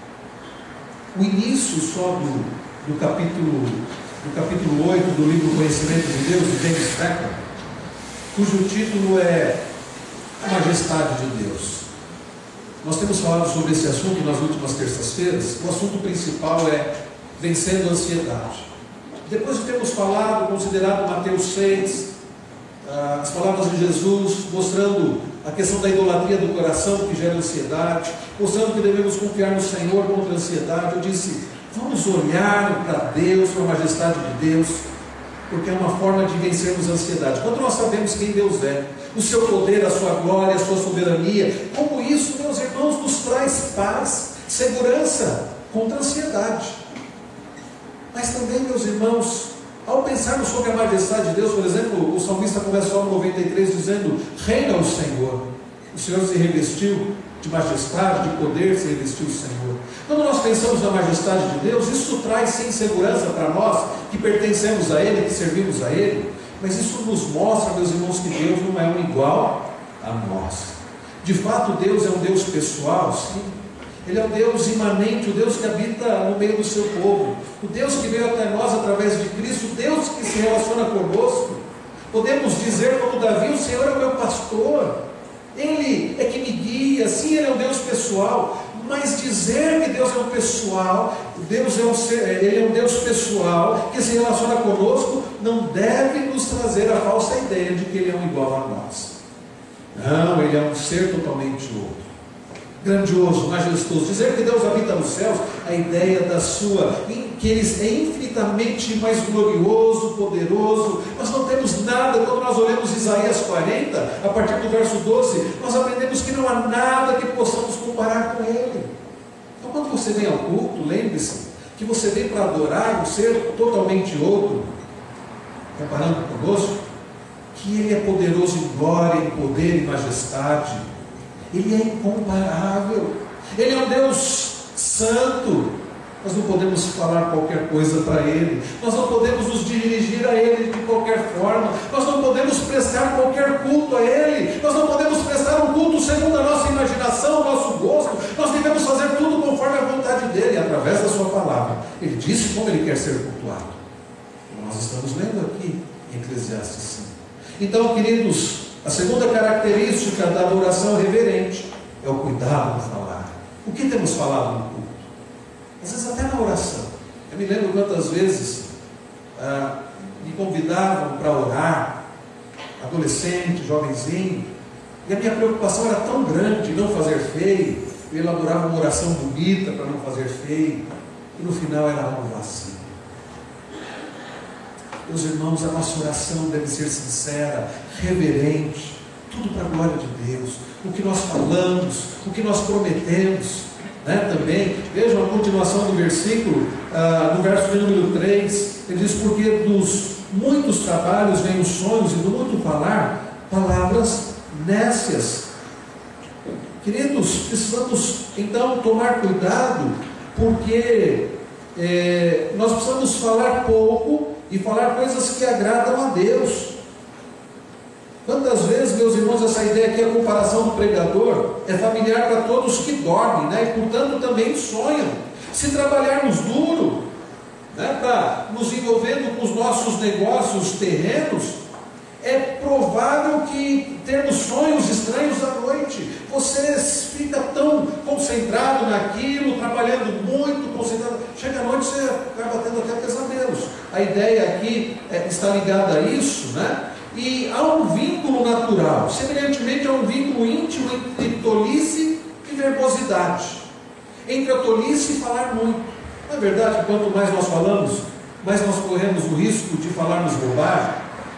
o início só do, do capítulo do capítulo oito do livro Conhecimento de Deus, de James Becker, cujo título é A Majestade de Deus. Nós temos falado sobre esse assunto nas últimas terças-feiras. O assunto principal é vencendo a ansiedade. Depois de termos falado, considerado Mateus seis, as palavras de Jesus, mostrando a questão da idolatria do coração que gera ansiedade, mostrando que devemos confiar no Senhor contra a ansiedade, eu disse, vamos olhar para Deus, para a majestade de Deus, porque é uma forma de vencermos a ansiedade. Quando nós sabemos quem Deus é, o seu poder, a sua glória, a sua soberania, como isso, meus irmãos, nos traz paz, segurança contra a ansiedade. Mas também, meus irmãos, ao pensarmos sobre a majestade de Deus, por exemplo, o salmista começa o Salmo noventa e três dizendo, reina o Senhor, o Senhor se revestiu de majestade, de poder, se revestiu o Senhor. Quando nós pensamos na majestade de Deus, isso traz sim segurança para nós, que pertencemos a Ele, que servimos a Ele, mas isso nos mostra, meus irmãos, que Deus não é um igual a nós. De fato, Deus é um Deus pessoal, sim. Ele é um Deus imanente, o Deus que habita no meio do seu povo, o Deus que veio até nós através de Cristo, o Deus que se relaciona conosco. Podemos dizer como Davi, o Senhor é o meu pastor, Ele é que me guia. Sim, Ele é um Deus pessoal, mas dizer que Deus é um pessoal, Deus é um ser, Ele é um Deus pessoal, que se relaciona conosco, não deve nos trazer a falsa ideia de que Ele é um igual a nós. Não, Ele é um ser totalmente outro. Grandioso, majestoso. Dizer que Deus habita nos céus, a ideia da sua, que Ele é infinitamente mais glorioso, poderoso. Nós não temos nada. Quando nós olhamos Isaías quarenta, a partir do verso doze, nós aprendemos que não há nada que possamos comparar com Ele. Então, quando você vem ao culto, lembre-se que você vem para adorar um ser totalmente outro, comparando conosco, que Ele é poderoso em glória, em poder e majestade. Ele é incomparável. Ele é um Deus santo. Nós não podemos falar qualquer coisa para Ele. Nós não podemos nos dirigir a Ele de qualquer forma. Nós não podemos prestar qualquer culto a Ele. Nós não podemos prestar um culto segundo a nossa imaginação, o nosso gosto. Nós devemos fazer tudo conforme a vontade dEle, através da sua palavra. Ele disse como Ele quer ser cultuado. Nós estamos lendo aqui em Eclesiastes cinco. Então, queridos, a segunda característica da adoração reverente é o cuidado no falar. O que temos falado no culto? Às vezes até na oração. Eu me lembro quantas vezes ah, me convidavam para orar, adolescente, jovenzinho, e a minha preocupação era tão grande não fazer feio. Eu elaborava uma oração bonita para não fazer feio, e no final era algo vazio. Meus irmãos, a nossa oração deve ser sincera, reverente, tudo para a glória de Deus. O que nós falamos, o que nós prometemos, né, também. Vejam a continuação do versículo, ah, no verso de número três, ele diz: porque dos muitos trabalhos vêm os sonhos, e do muito falar, palavras nécias. Queridos, precisamos então tomar cuidado, porque é, nós precisamos falar pouco e falar coisas que agradam a Deus. Quantas vezes, meus irmãos, essa ideia aqui, a comparação do pregador, é familiar para todos que dormem, né? E portanto também sonham. Se trabalharmos duro, né, para nos envolvendo com os nossos negócios terrenos, é provável que temos sonhos estranhos à noite. Você fica tão concentrado naquilo, trabalhando muito, concentrado. Chega à noite, você acaba tendo até pesadelos. A ideia aqui é, está ligada a isso, né? E há um vínculo natural, semelhantemente a um vínculo íntimo entre tolice e verbosidade, entre a tolice e falar muito. Não é verdade que quanto mais nós falamos, mais nós corremos o risco de falarmos bobagem?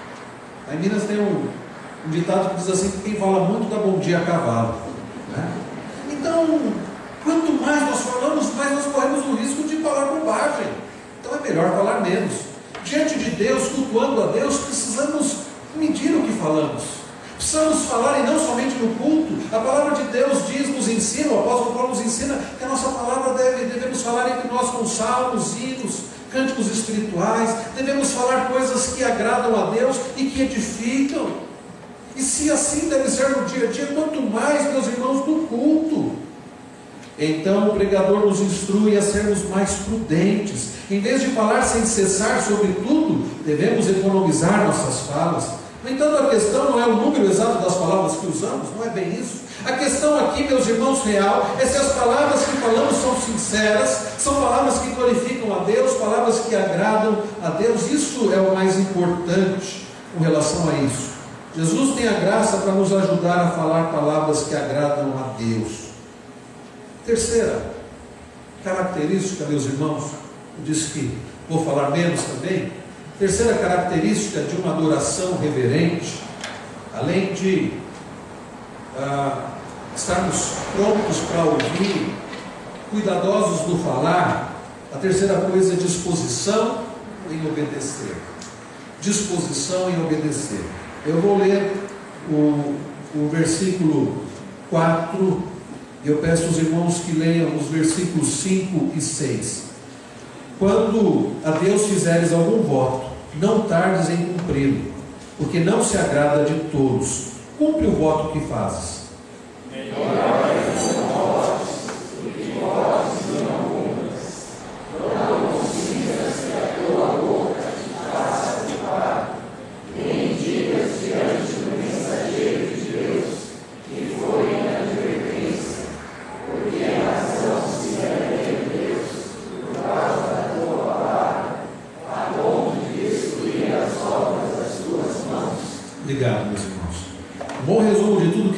Em Minas tem um, um ditado que diz assim: que quem fala muito dá bom dia a cavalo, né? Então, quanto mais nós falamos, mais nós corremos o risco de falar bobagem. Então é melhor falar menos. Diante de Deus, cultuando a Deus, precisamos medir o que falamos. Precisamos falar, e não somente no culto. A palavra de Deus diz, nos ensina, o apóstolo Paulo nos ensina que a nossa palavra deve, devemos falar entre nós com salmos, hinos, cânticos espirituais. Devemos falar coisas que agradam a Deus e que edificam. E se assim deve ser no dia a dia, quanto mais, meus irmãos, no culto. Então o pregador nos instrui a sermos mais prudentes. Em vez de falar sem cessar sobre tudo, devemos economizar nossas falas. No entanto, a questão não é o número exato das palavras que usamos, não é bem isso. A questão aqui, meus irmãos, real, é se as palavras que falamos são sinceras, são palavras que glorificam a Deus, palavras que agradam a Deus. Isso é o mais importante com relação a isso. Jesus tem a graça para nos ajudar a falar palavras que agradam a Deus. Terceira característica, meus irmãos, eu disse que vou falar menos também. Terceira característica de uma adoração reverente, além de ah, estarmos prontos para ouvir, cuidadosos no falar, a terceira coisa é disposição em obedecer. Disposição em obedecer. Eu vou ler o, o versículo quatro, e eu peço aos irmãos que leiam os versículos cinco e seis. Quando a Deus fizeres algum voto, não tardes em cumpri-lo, porque não se agrada de todos. Cumpre o voto que fazes. Melhor é que não votes do que votes e não cumpras. Não consigas que a tua boca te faça culpar, nem digas diante do mensageiro de Deus que foi na advertência, porque a razão se deve a Deus, por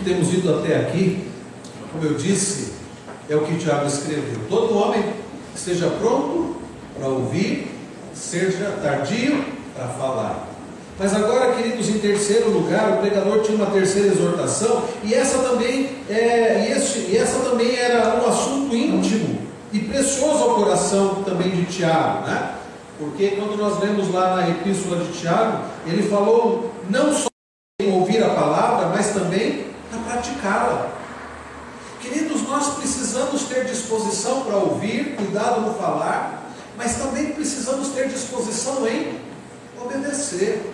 temos ido até aqui, como eu disse, é o que Tiago escreveu: todo homem esteja pronto para ouvir, seja tardio para falar. Mas agora, queridos, em terceiro lugar, o pregador tinha uma terceira exortação, e essa também, é, e esse, e essa também era um assunto íntimo e precioso ao coração também de Tiago, né? Porque quando nós lemos lá na epístola de Tiago, ele falou não só em ouvir a palavra, mas também a praticá-la. Queridos, nós precisamos ter disposição para ouvir, cuidado no falar, mas também precisamos ter disposição em obedecer.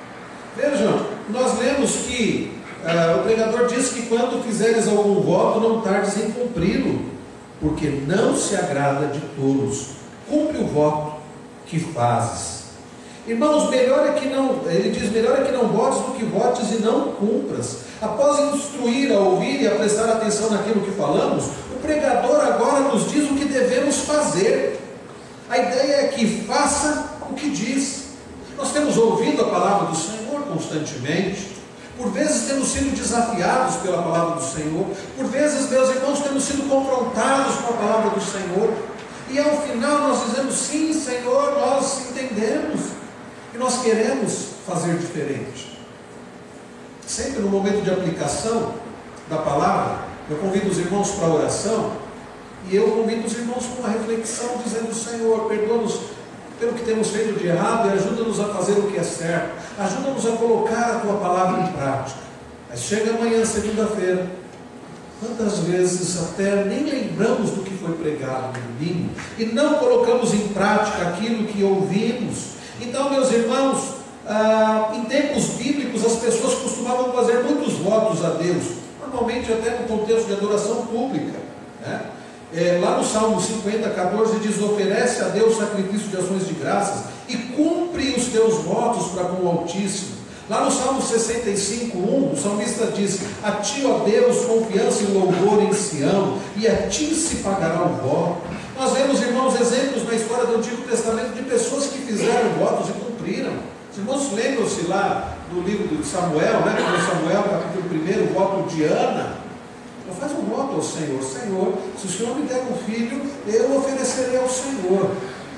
Vejam, nós lemos que uh, o pregador diz que quando fizeres algum voto, não tardes em cumpri-lo, porque não se agrada de tolos. Cumpre o voto que fazes. Irmãos, melhor é que não, ele diz, melhor é que não votes do que votes e não cumpras. Após instruir a ouvir e a prestar atenção naquilo que falamos, o pregador agora nos diz o que devemos fazer. A ideia é que faça o que diz. Nós temos ouvido a palavra do Senhor constantemente, por vezes temos sido desafiados pela palavra do Senhor, por vezes, meus irmãos, temos sido confrontados com a palavra do Senhor, e ao final nós dizemos: sim, Senhor, nós entendemos, e nós queremos fazer diferente. Sempre no momento de aplicação da palavra, eu convido os irmãos para a oração, e eu convido os irmãos para uma reflexão, dizendo: Senhor, perdoa-nos pelo que temos feito de errado e ajuda-nos a fazer o que é certo, ajuda-nos a colocar a Tua palavra em prática. Mas chega amanhã, segunda-feira, quantas vezes até nem lembramos do que foi pregado no domingo, e não colocamos em prática aquilo que ouvimos. Então, meus irmãos, ah, em tempos bíblicos as pessoas costumavam fazer muitos votos a Deus, normalmente até no contexto de adoração pública, né? É, lá no Salmo cinquenta, catorze diz: oferece a Deus sacrifício de ações de graças e cumpre os teus votos para com o Altíssimo. Lá no Salmo sessenta e cinco, um, o salmista diz: a ti, ó Deus, confiança e louvor em Sião, e a ti se pagará o voto. Nós vemos, irmãos, exemplos na história do Antigo Testamento de pessoas que fizeram votos e cumpriram. Os irmãos lembram-se lá do livro de Samuel, né? No Samuel, capítulo primeiro, o voto de Ana. Ela faz um voto ao Senhor: Senhor, se o Senhor me der um filho, eu oferecerei ao Senhor.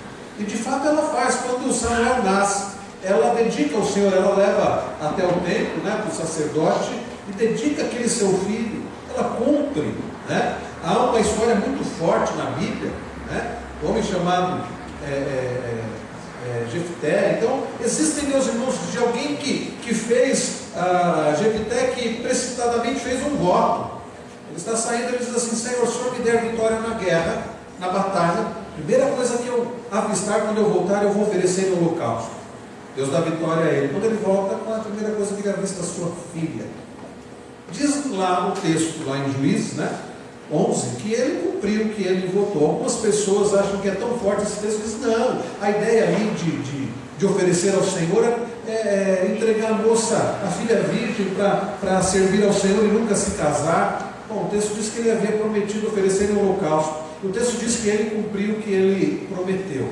E de fato ela faz. Quando Samuel nasce, ela dedica ao Senhor, ela leva até o templo, né, para o sacerdote, e dedica aquele seu filho. Ela cumpre, né? Há uma história muito forte na Bíblia, né? Um homem chamado é, é, é, Jefté. Então existem, meus irmãos, de alguém que, que fez, ah, Jefté, que precipitadamente fez um voto. Ele está saindo, ele diz assim: Senhor, se o Senhor me der vitória na guerra, na batalha, primeira coisa que eu avistar, quando eu voltar, eu vou oferecer no holocausto. Deus dá vitória a ele. Quando ele volta, a primeira coisa que ele avista: a sua filha. Diz lá no texto, lá em Juízes, né, onze, que ele cumpriu o que ele votou. Algumas pessoas acham que é tão forte esse texto, diz: não, a ideia ali de, de, de oferecer ao Senhor é, é entregar a moça, a filha virgem, para servir ao Senhor e nunca se casar. Bom, o texto diz que ele havia prometido oferecer no holocausto. O texto diz que ele cumpriu o que ele prometeu.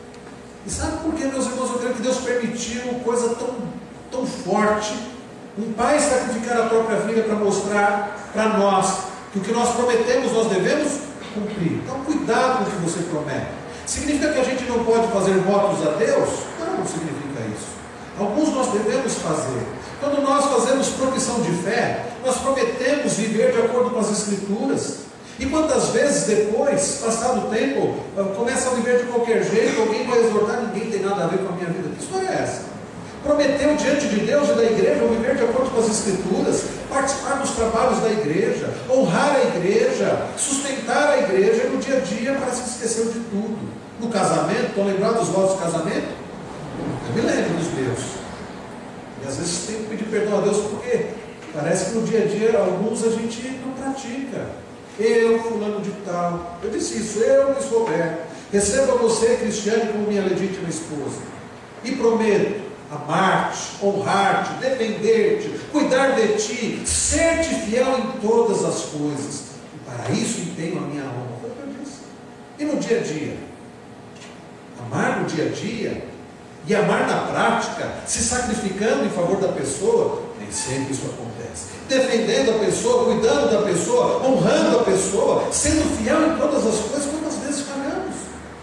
E sabe por que, meus irmãos, eu creio que Deus permitiu coisa tão, tão forte? Um pai sacrificar a própria filha para mostrar para nós que o que nós prometemos nós devemos cumprir. Então cuidado com o que você promete. Significa que a gente não pode fazer votos a Deus? Não, não significa isso. Alguns nós devemos fazer. Quando nós fazemos profissão de fé, nós prometemos viver de acordo com as Escrituras. E quantas vezes depois, passado o tempo, começa a viver de qualquer jeito, alguém vai exortar: ninguém tem nada a ver com a minha vida. Que história é essa? Prometeu diante de Deus e da igreja viver de acordo com as Escrituras, participar dos trabalhos da igreja, honrar a igreja, sustentar a igreja, e no dia a dia parece que esqueceu de tudo. No casamento, estão lembrados dos votos de casamento? Eu me lembro dos meus. E às vezes tem que pedir perdão a Deus, porque parece que no dia a dia alguns a gente não pratica. Eu, fulano de tal, eu disse isso, eu, Luiz Roberto, recebo a você, Cristiane, como minha legítima esposa, e prometo amar-te, honrar-te, defender-te, cuidar de ti, ser-te fiel em todas as coisas, e para isso empenho a minha honra. Foi o que eu disse. E no dia a dia? Amar no dia a dia e amar na prática, se sacrificando em favor da pessoa, nem sempre isso acontece. Defendendo a pessoa, cuidando da pessoa, honrando a pessoa, sendo fiel em todas as coisas, quantas vezes falhamos?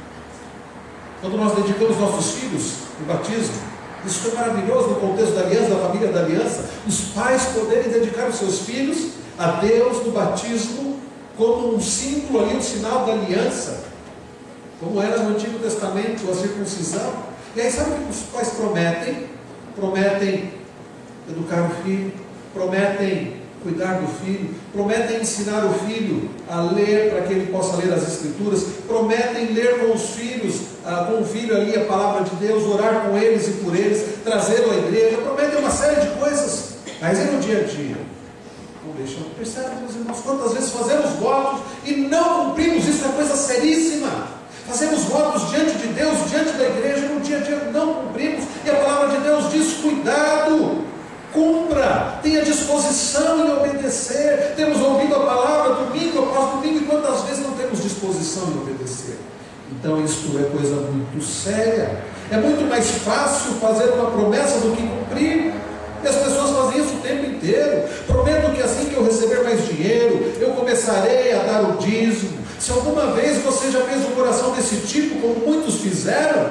Quando nós dedicamos nossos filhos no batismo, isso foi maravilhoso no contexto da aliança, da família da aliança, os pais poderem dedicar os seus filhos a Deus no batismo, como um símbolo ali, um sinal da aliança, como era no Antigo Testamento a circuncisão. E aí sabe o que os pais prometem? Prometem educar o filho, prometem cuidar do filho, prometem ensinar o filho a ler para que ele possa ler as Escrituras, prometem ler com os filhos, ah, com o filho ali a palavra de Deus, orar com eles e por eles, trazê-lo à igreja, prometem uma série de coisas, mas e no dia a dia? Não deixam, percebe, meus irmãos, quantas vezes fazemos votos e não cumprimos? Isso é coisa seríssima. Fazemos votos diante de Deus, diante da igreja, e no dia a dia não cumprimos, e a palavra de Deus diz: cuidado, cumpra, tenha disposição em obedecer. Temos ouvido a palavra domingo após domingo, e quantas vezes não temos disposição em obedecer? Então isto é coisa muito séria. É muito mais fácil fazer uma promessa do que cumprir, e as pessoas fazem isso o tempo inteiro. Prometo que assim que eu receber mais dinheiro, eu começarei a dar o dízimo. Se alguma vez você já fez uma oração desse tipo, como muitos fizeram,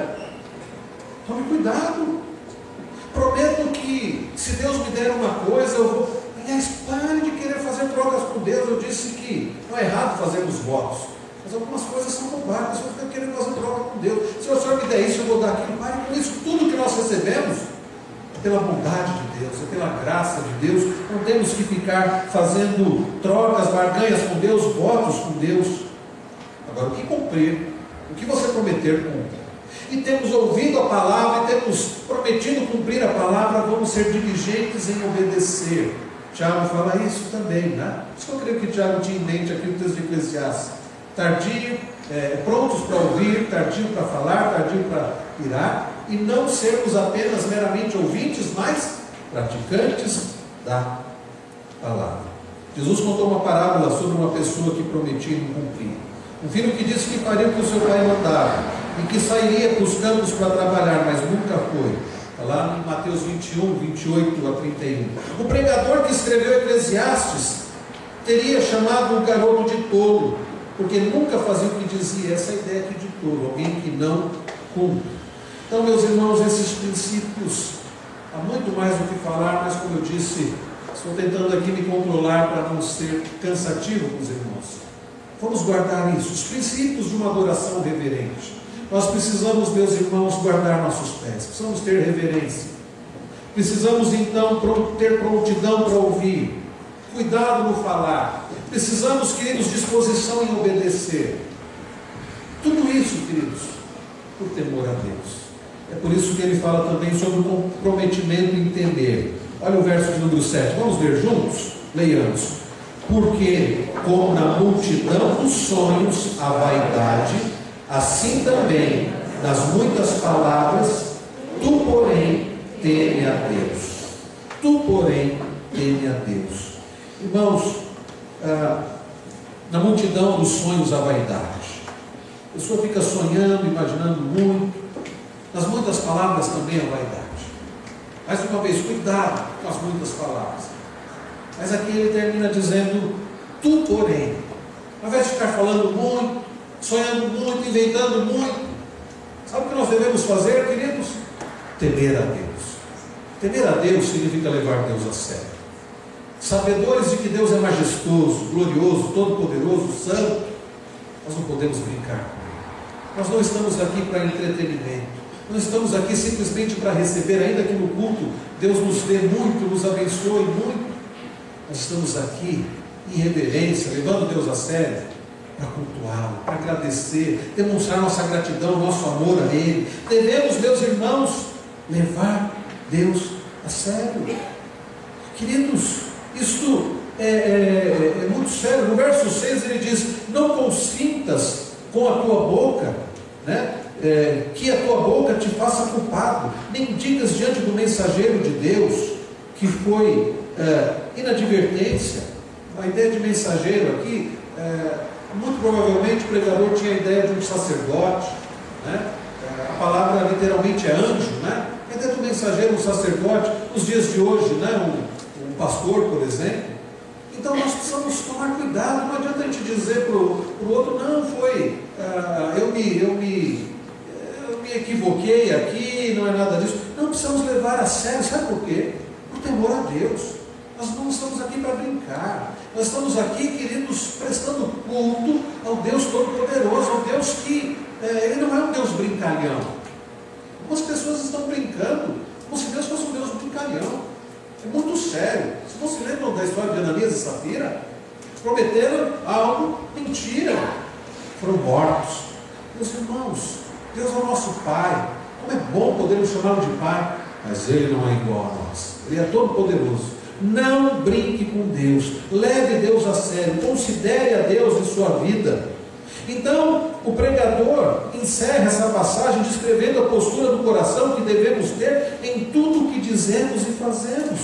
tome cuidado. Prometo que se Deus me der uma coisa, eu vou... Aliás, pare de querer fazer trocas com Deus. Eu disse que não é errado fazermos votos, mas algumas coisas são bobagens. Você fica querendo fazer troca com Deus. Se o Senhor me der isso, eu vou dar aquilo. Pare com isso. Tudo que nós recebemos é pela bondade de Deus, é pela graça de Deus. Não temos que ficar fazendo trocas, barganhas com Deus, votos com Deus. Agora, o que cumprir, o que você prometer, cumpra. E temos ouvido a palavra, e temos prometido cumprir a palavra, vamos ser diligentes em obedecer. Tiago fala isso também, né? Por isso que eu creio que Tiago tinha em mente aqui no texto de Eclesiastes: tardio, é, prontos para ouvir, tardio para falar, tardio para irar, e não sermos apenas meramente ouvintes, mas praticantes da palavra. Jesus contou uma parábola sobre uma pessoa que prometia e não cumpria. Um filho que disse que faria o que o seu pai mandava, e que sairia para os campos para trabalhar, mas nunca foi. Está lá em Mateus vinte e um, vinte e oito a trinta e um. O pregador que escreveu Eclesiastes teria chamado o garoto de tolo, porque nunca fazia o que dizia. Essa é a ideia aqui de tolo, alguém que não cumpre. Então, meus irmãos, esses princípios, há muito mais do que falar, mas como eu disse, estou tentando aqui me controlar para não ser cansativo com os irmãos. Vamos guardar isso, os princípios de uma adoração reverente. Nós precisamos, meus irmãos, guardar nossos pés, precisamos ter reverência, precisamos então ter prontidão para ouvir, cuidado no falar, precisamos, queridos, disposição em obedecer. Tudo isso, queridos, por temor a Deus. É por isso que ele fala também sobre o comprometimento em temer. Olha o verso de número sete, vamos ler juntos? Leiamos. Porque, como na multidão dos sonhos a vaidade, assim também nas muitas palavras, tu, porém, teme a Deus. Tu, porém, teme a Deus. Irmãos, ah, na multidão dos sonhos a vaidade. A pessoa fica sonhando, imaginando muito. Nas muitas palavras também a vaidade. Mais uma vez, cuidado com as muitas palavras. Mas aqui ele termina dizendo: tu, porém, ao invés de ficar falando muito, sonhando muito, inventando muito, sabe o que nós devemos fazer, queridos? Temer a Deus. Temer a Deus significa levar Deus a sério. Sabedores de que Deus é majestoso, glorioso, todo-poderoso, santo, nós não podemos brincar com Ele. Nós não estamos aqui para entretenimento. Não estamos aqui simplesmente para receber, ainda que no culto Deus nos dê muito, nos abençoe muito. Nós estamos aqui em reverência, levando Deus a sério, para cultuá-lo, para agradecer, demonstrar nossa gratidão, nosso amor a Ele. Devemos, meus irmãos, levar Deus a sério. Queridos, isto é, é, é muito sério. No verso seis ele diz: não consintas com a tua boca, né? É, que a tua boca te faça culpado, nem digas diante do mensageiro de Deus, que foi é, inadvertência. A ideia de mensageiro aqui, é, muito provavelmente o pregador tinha a ideia de um sacerdote, né? A palavra literalmente é anjo, né? mensageiro, um sacerdote, nos dias de hoje, né? um, um pastor, por exemplo. Então nós precisamos tomar cuidado. Não adianta a gente dizer para o outro, não, foi, ah, eu, me, eu, me, eu me equivoquei aqui, não é nada disso. Não, precisamos levar a sério. Sabe por quê? Por temor a Deus. Nós não estamos aqui para brincar. Nós estamos aqui, queridos, prestando culto ao Deus Todo-Poderoso, ao Deus que, é, Ele não é um Deus brincalhão. Algumas pessoas estão brincando, como se Deus fosse um Deus brincalhão. É muito sério. Se você lembram da história de Ananias e Safira, prometeram algo, mentira, foram mortos. Meus irmãos, Deus é o nosso Pai. Como é bom podermos chamá-lo de Pai, mas Ele não é igual a nós. Ele é todo-poderoso. Não brinque com Deus, leve Deus a sério, considere a Deus em sua vida. Então, o pregador encerra essa passagem descrevendo a postura do coração que devemos ter em tudo o que dizemos e fazemos.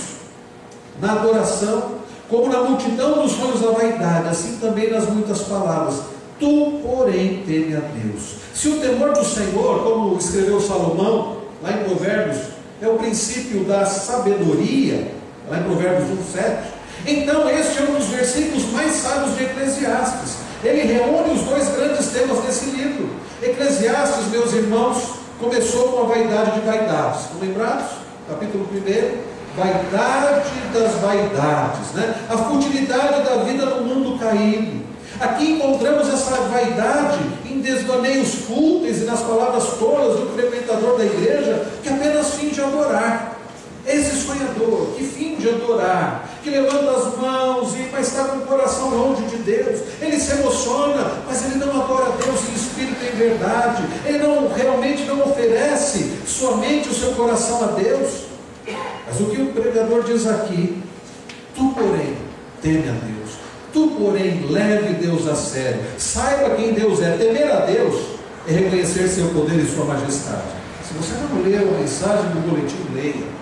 Na adoração, como na multidão dos sonhos da vaidade, assim também nas muitas palavras. Tu, porém, teme a Deus. Se o temor do Senhor, como escreveu Salomão, lá em Provérbios, é o princípio da sabedoria, lá em Provérbios um, sete, então este é um dos versículos mais sábios de Eclesiastes. Ele reúne os dois grandes temas desse livro. Eclesiastes, meus irmãos, começou com a vaidade de vaidades. Estão lembrados? Capítulo um, vaidade das vaidades, né? A futilidade da vida no mundo caído. Aqui encontramos essa vaidade em desvaneios fúteis e nas palavras tolas do frequentador da igreja que apenas finge adorar. Esse sonhador que finge adorar, que levanta as mãos, e, mas está com o coração longe de Deus, ele se emociona, mas ele não adora a Deus em espírito e em verdade, ele não, realmente não oferece sua mente, o seu coração a Deus. Mas o que o pregador diz aqui: tu, porém, teme a Deus, tu, porém, leve Deus a sério, saiba quem Deus é. Temer a Deus é reconhecer seu poder e sua majestade. Se você não leu a mensagem do boletim, leia.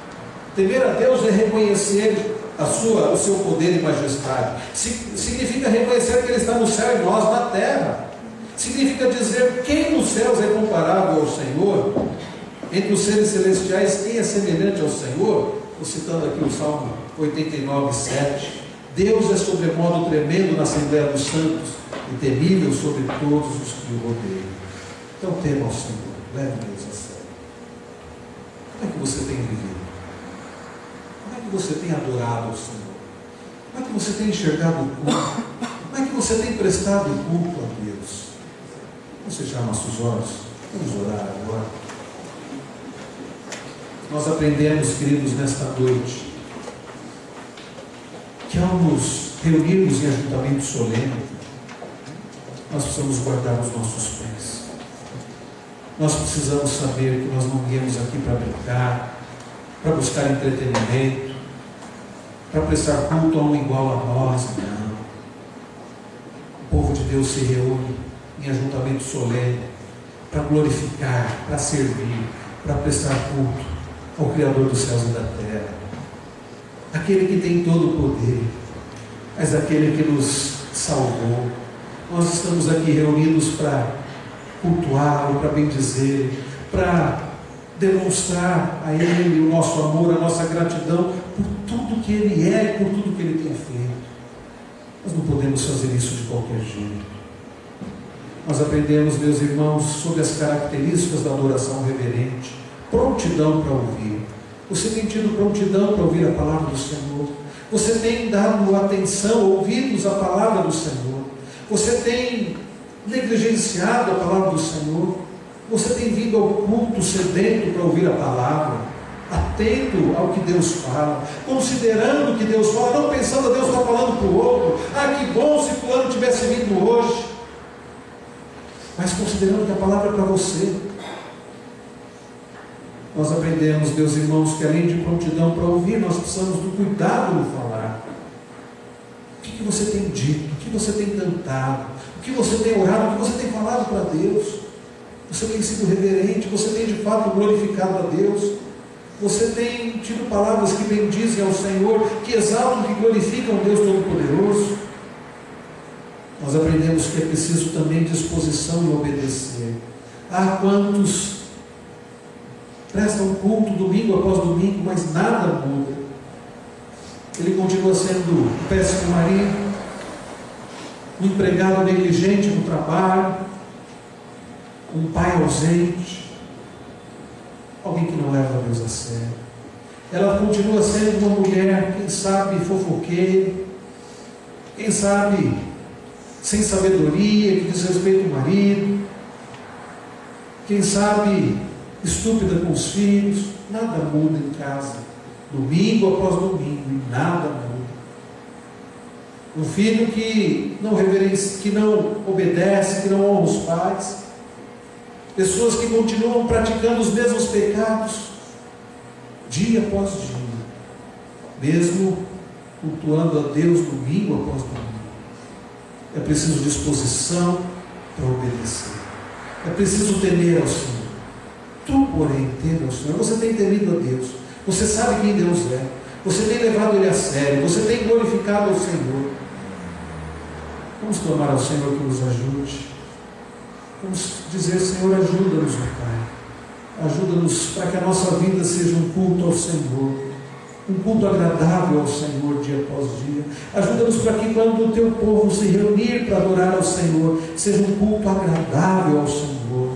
Temer a Deus é reconhecer a sua, o seu poder e majestade. Significa reconhecer que Ele está no céu e nós na terra. Significa dizer: quem nos céus é comparável ao Senhor? Entre os seres celestiais, quem é semelhante ao Senhor? Estou citando aqui o Salmo oitenta e nove, sete. Deus é sobremodo tremendo na Assembleia dos Santos e temível sobre todos os que o rodeiam. Então tema ao Senhor, leve Deus a sério. Como é que você tem vivido? Como é que você tem adorado ao Senhor? Como é que você tem enxergado o culto? Como é que você tem prestado culto a Deus? Vamos fechar nossos olhos? Vamos orar agora. Nós aprendemos, queridos, nesta noite, que ao nos reunirmos em ajuntamento solene, nós precisamos guardar os nossos pés. Nós precisamos saber que nós não viemos aqui para brincar, para buscar entretenimento, para prestar culto a um igual a nós. Não. O povo de Deus se reúne em ajuntamento solene para glorificar, para servir, para prestar culto ao Criador dos céus e da terra, aquele que tem todo o poder, mas aquele que nos salvou. Nós estamos aqui reunidos para cultuá-lo, para bendizer, para demonstrar a Ele o nosso amor, a nossa gratidão por tudo que Ele é e por tudo que Ele tem feito. Nós não podemos fazer isso de qualquer jeito. Nós aprendemos, meus irmãos, sobre as características da adoração reverente. Prontidão para ouvir. Você tem tido prontidão para ouvir a palavra do Senhor? Você tem dado atenção, ouvidos à palavra do Senhor? Você tem negligenciado a palavra do Senhor? Você tem vindo ao culto sedento para ouvir a palavra, atento ao que Deus fala, considerando o que Deus fala, não pensando a Deus está falando para o outro, ah, que bom se fulano tivesse vindo hoje, mas considerando que a palavra é para você. Nós aprendemos, meus irmãos, que além de prontidão para ouvir, nós precisamos do cuidado no falar. O que, que você tem dito? O que você tem cantado? O que você tem orado? O que você tem falado para Deus? Você tem sido reverente? Você tem de fato glorificado a Deus? Você tem tido palavras que bendizem ao Senhor, que exaltam, que glorificam o Deus Todo-Poderoso? Nós aprendemos que é preciso também disposição e obedecer. Há quantos prestam culto domingo após domingo, mas nada muda. Ele continua sendo um péssimo marido, um empregado negligente no trabalho, um pai ausente, alguém que não leva Deus a sério. Ela continua sendo uma mulher, quem sabe, fofoqueira, quem sabe, sem sabedoria, que desrespeita o marido, quem sabe, estúpida com os filhos. Nada muda em casa, domingo após domingo, e nada muda. Um filho que não reverencia, que não obedece, que não honra os pais, pessoas que continuam praticando os mesmos pecados, dia após dia, mesmo cultuando a Deus domingo após domingo. É preciso disposição para obedecer, é preciso temer ao Senhor. Tu, porém, teme ao Senhor. Você tem temido a Deus, você sabe quem Deus é, você tem levado Ele a sério, você tem glorificado ao Senhor. Vamos clamar ao Senhor que nos ajude. Vamos dizer: Senhor, ajuda-nos, meu Pai. Ajuda-nos para que a nossa vida seja um culto ao Senhor, um culto agradável ao Senhor dia após dia. Ajuda-nos para que quando o Teu povo se reunir para adorar ao Senhor, seja um culto agradável ao Senhor.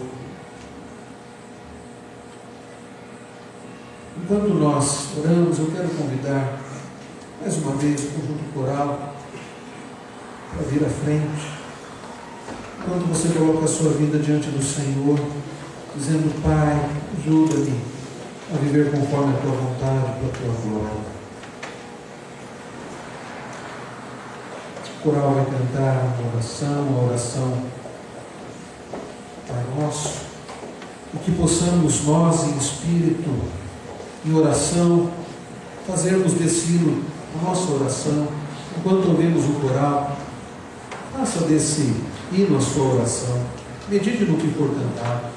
Enquanto nós oramos, eu quero convidar mais uma vez o conjunto coral para vir à frente. Enquanto você coloca a sua vida diante do Senhor, dizendo: Pai, ajuda-me a viver conforme a Tua vontade, para a Tua glória. O coral vai cantar uma oração, uma oração Pai Nosso, e que possamos nós, em espírito, em oração, fazermos desse hino a nossa oração, enquanto ouvimos o coral. Faça desse hino a sua oração, medite no que for cantado.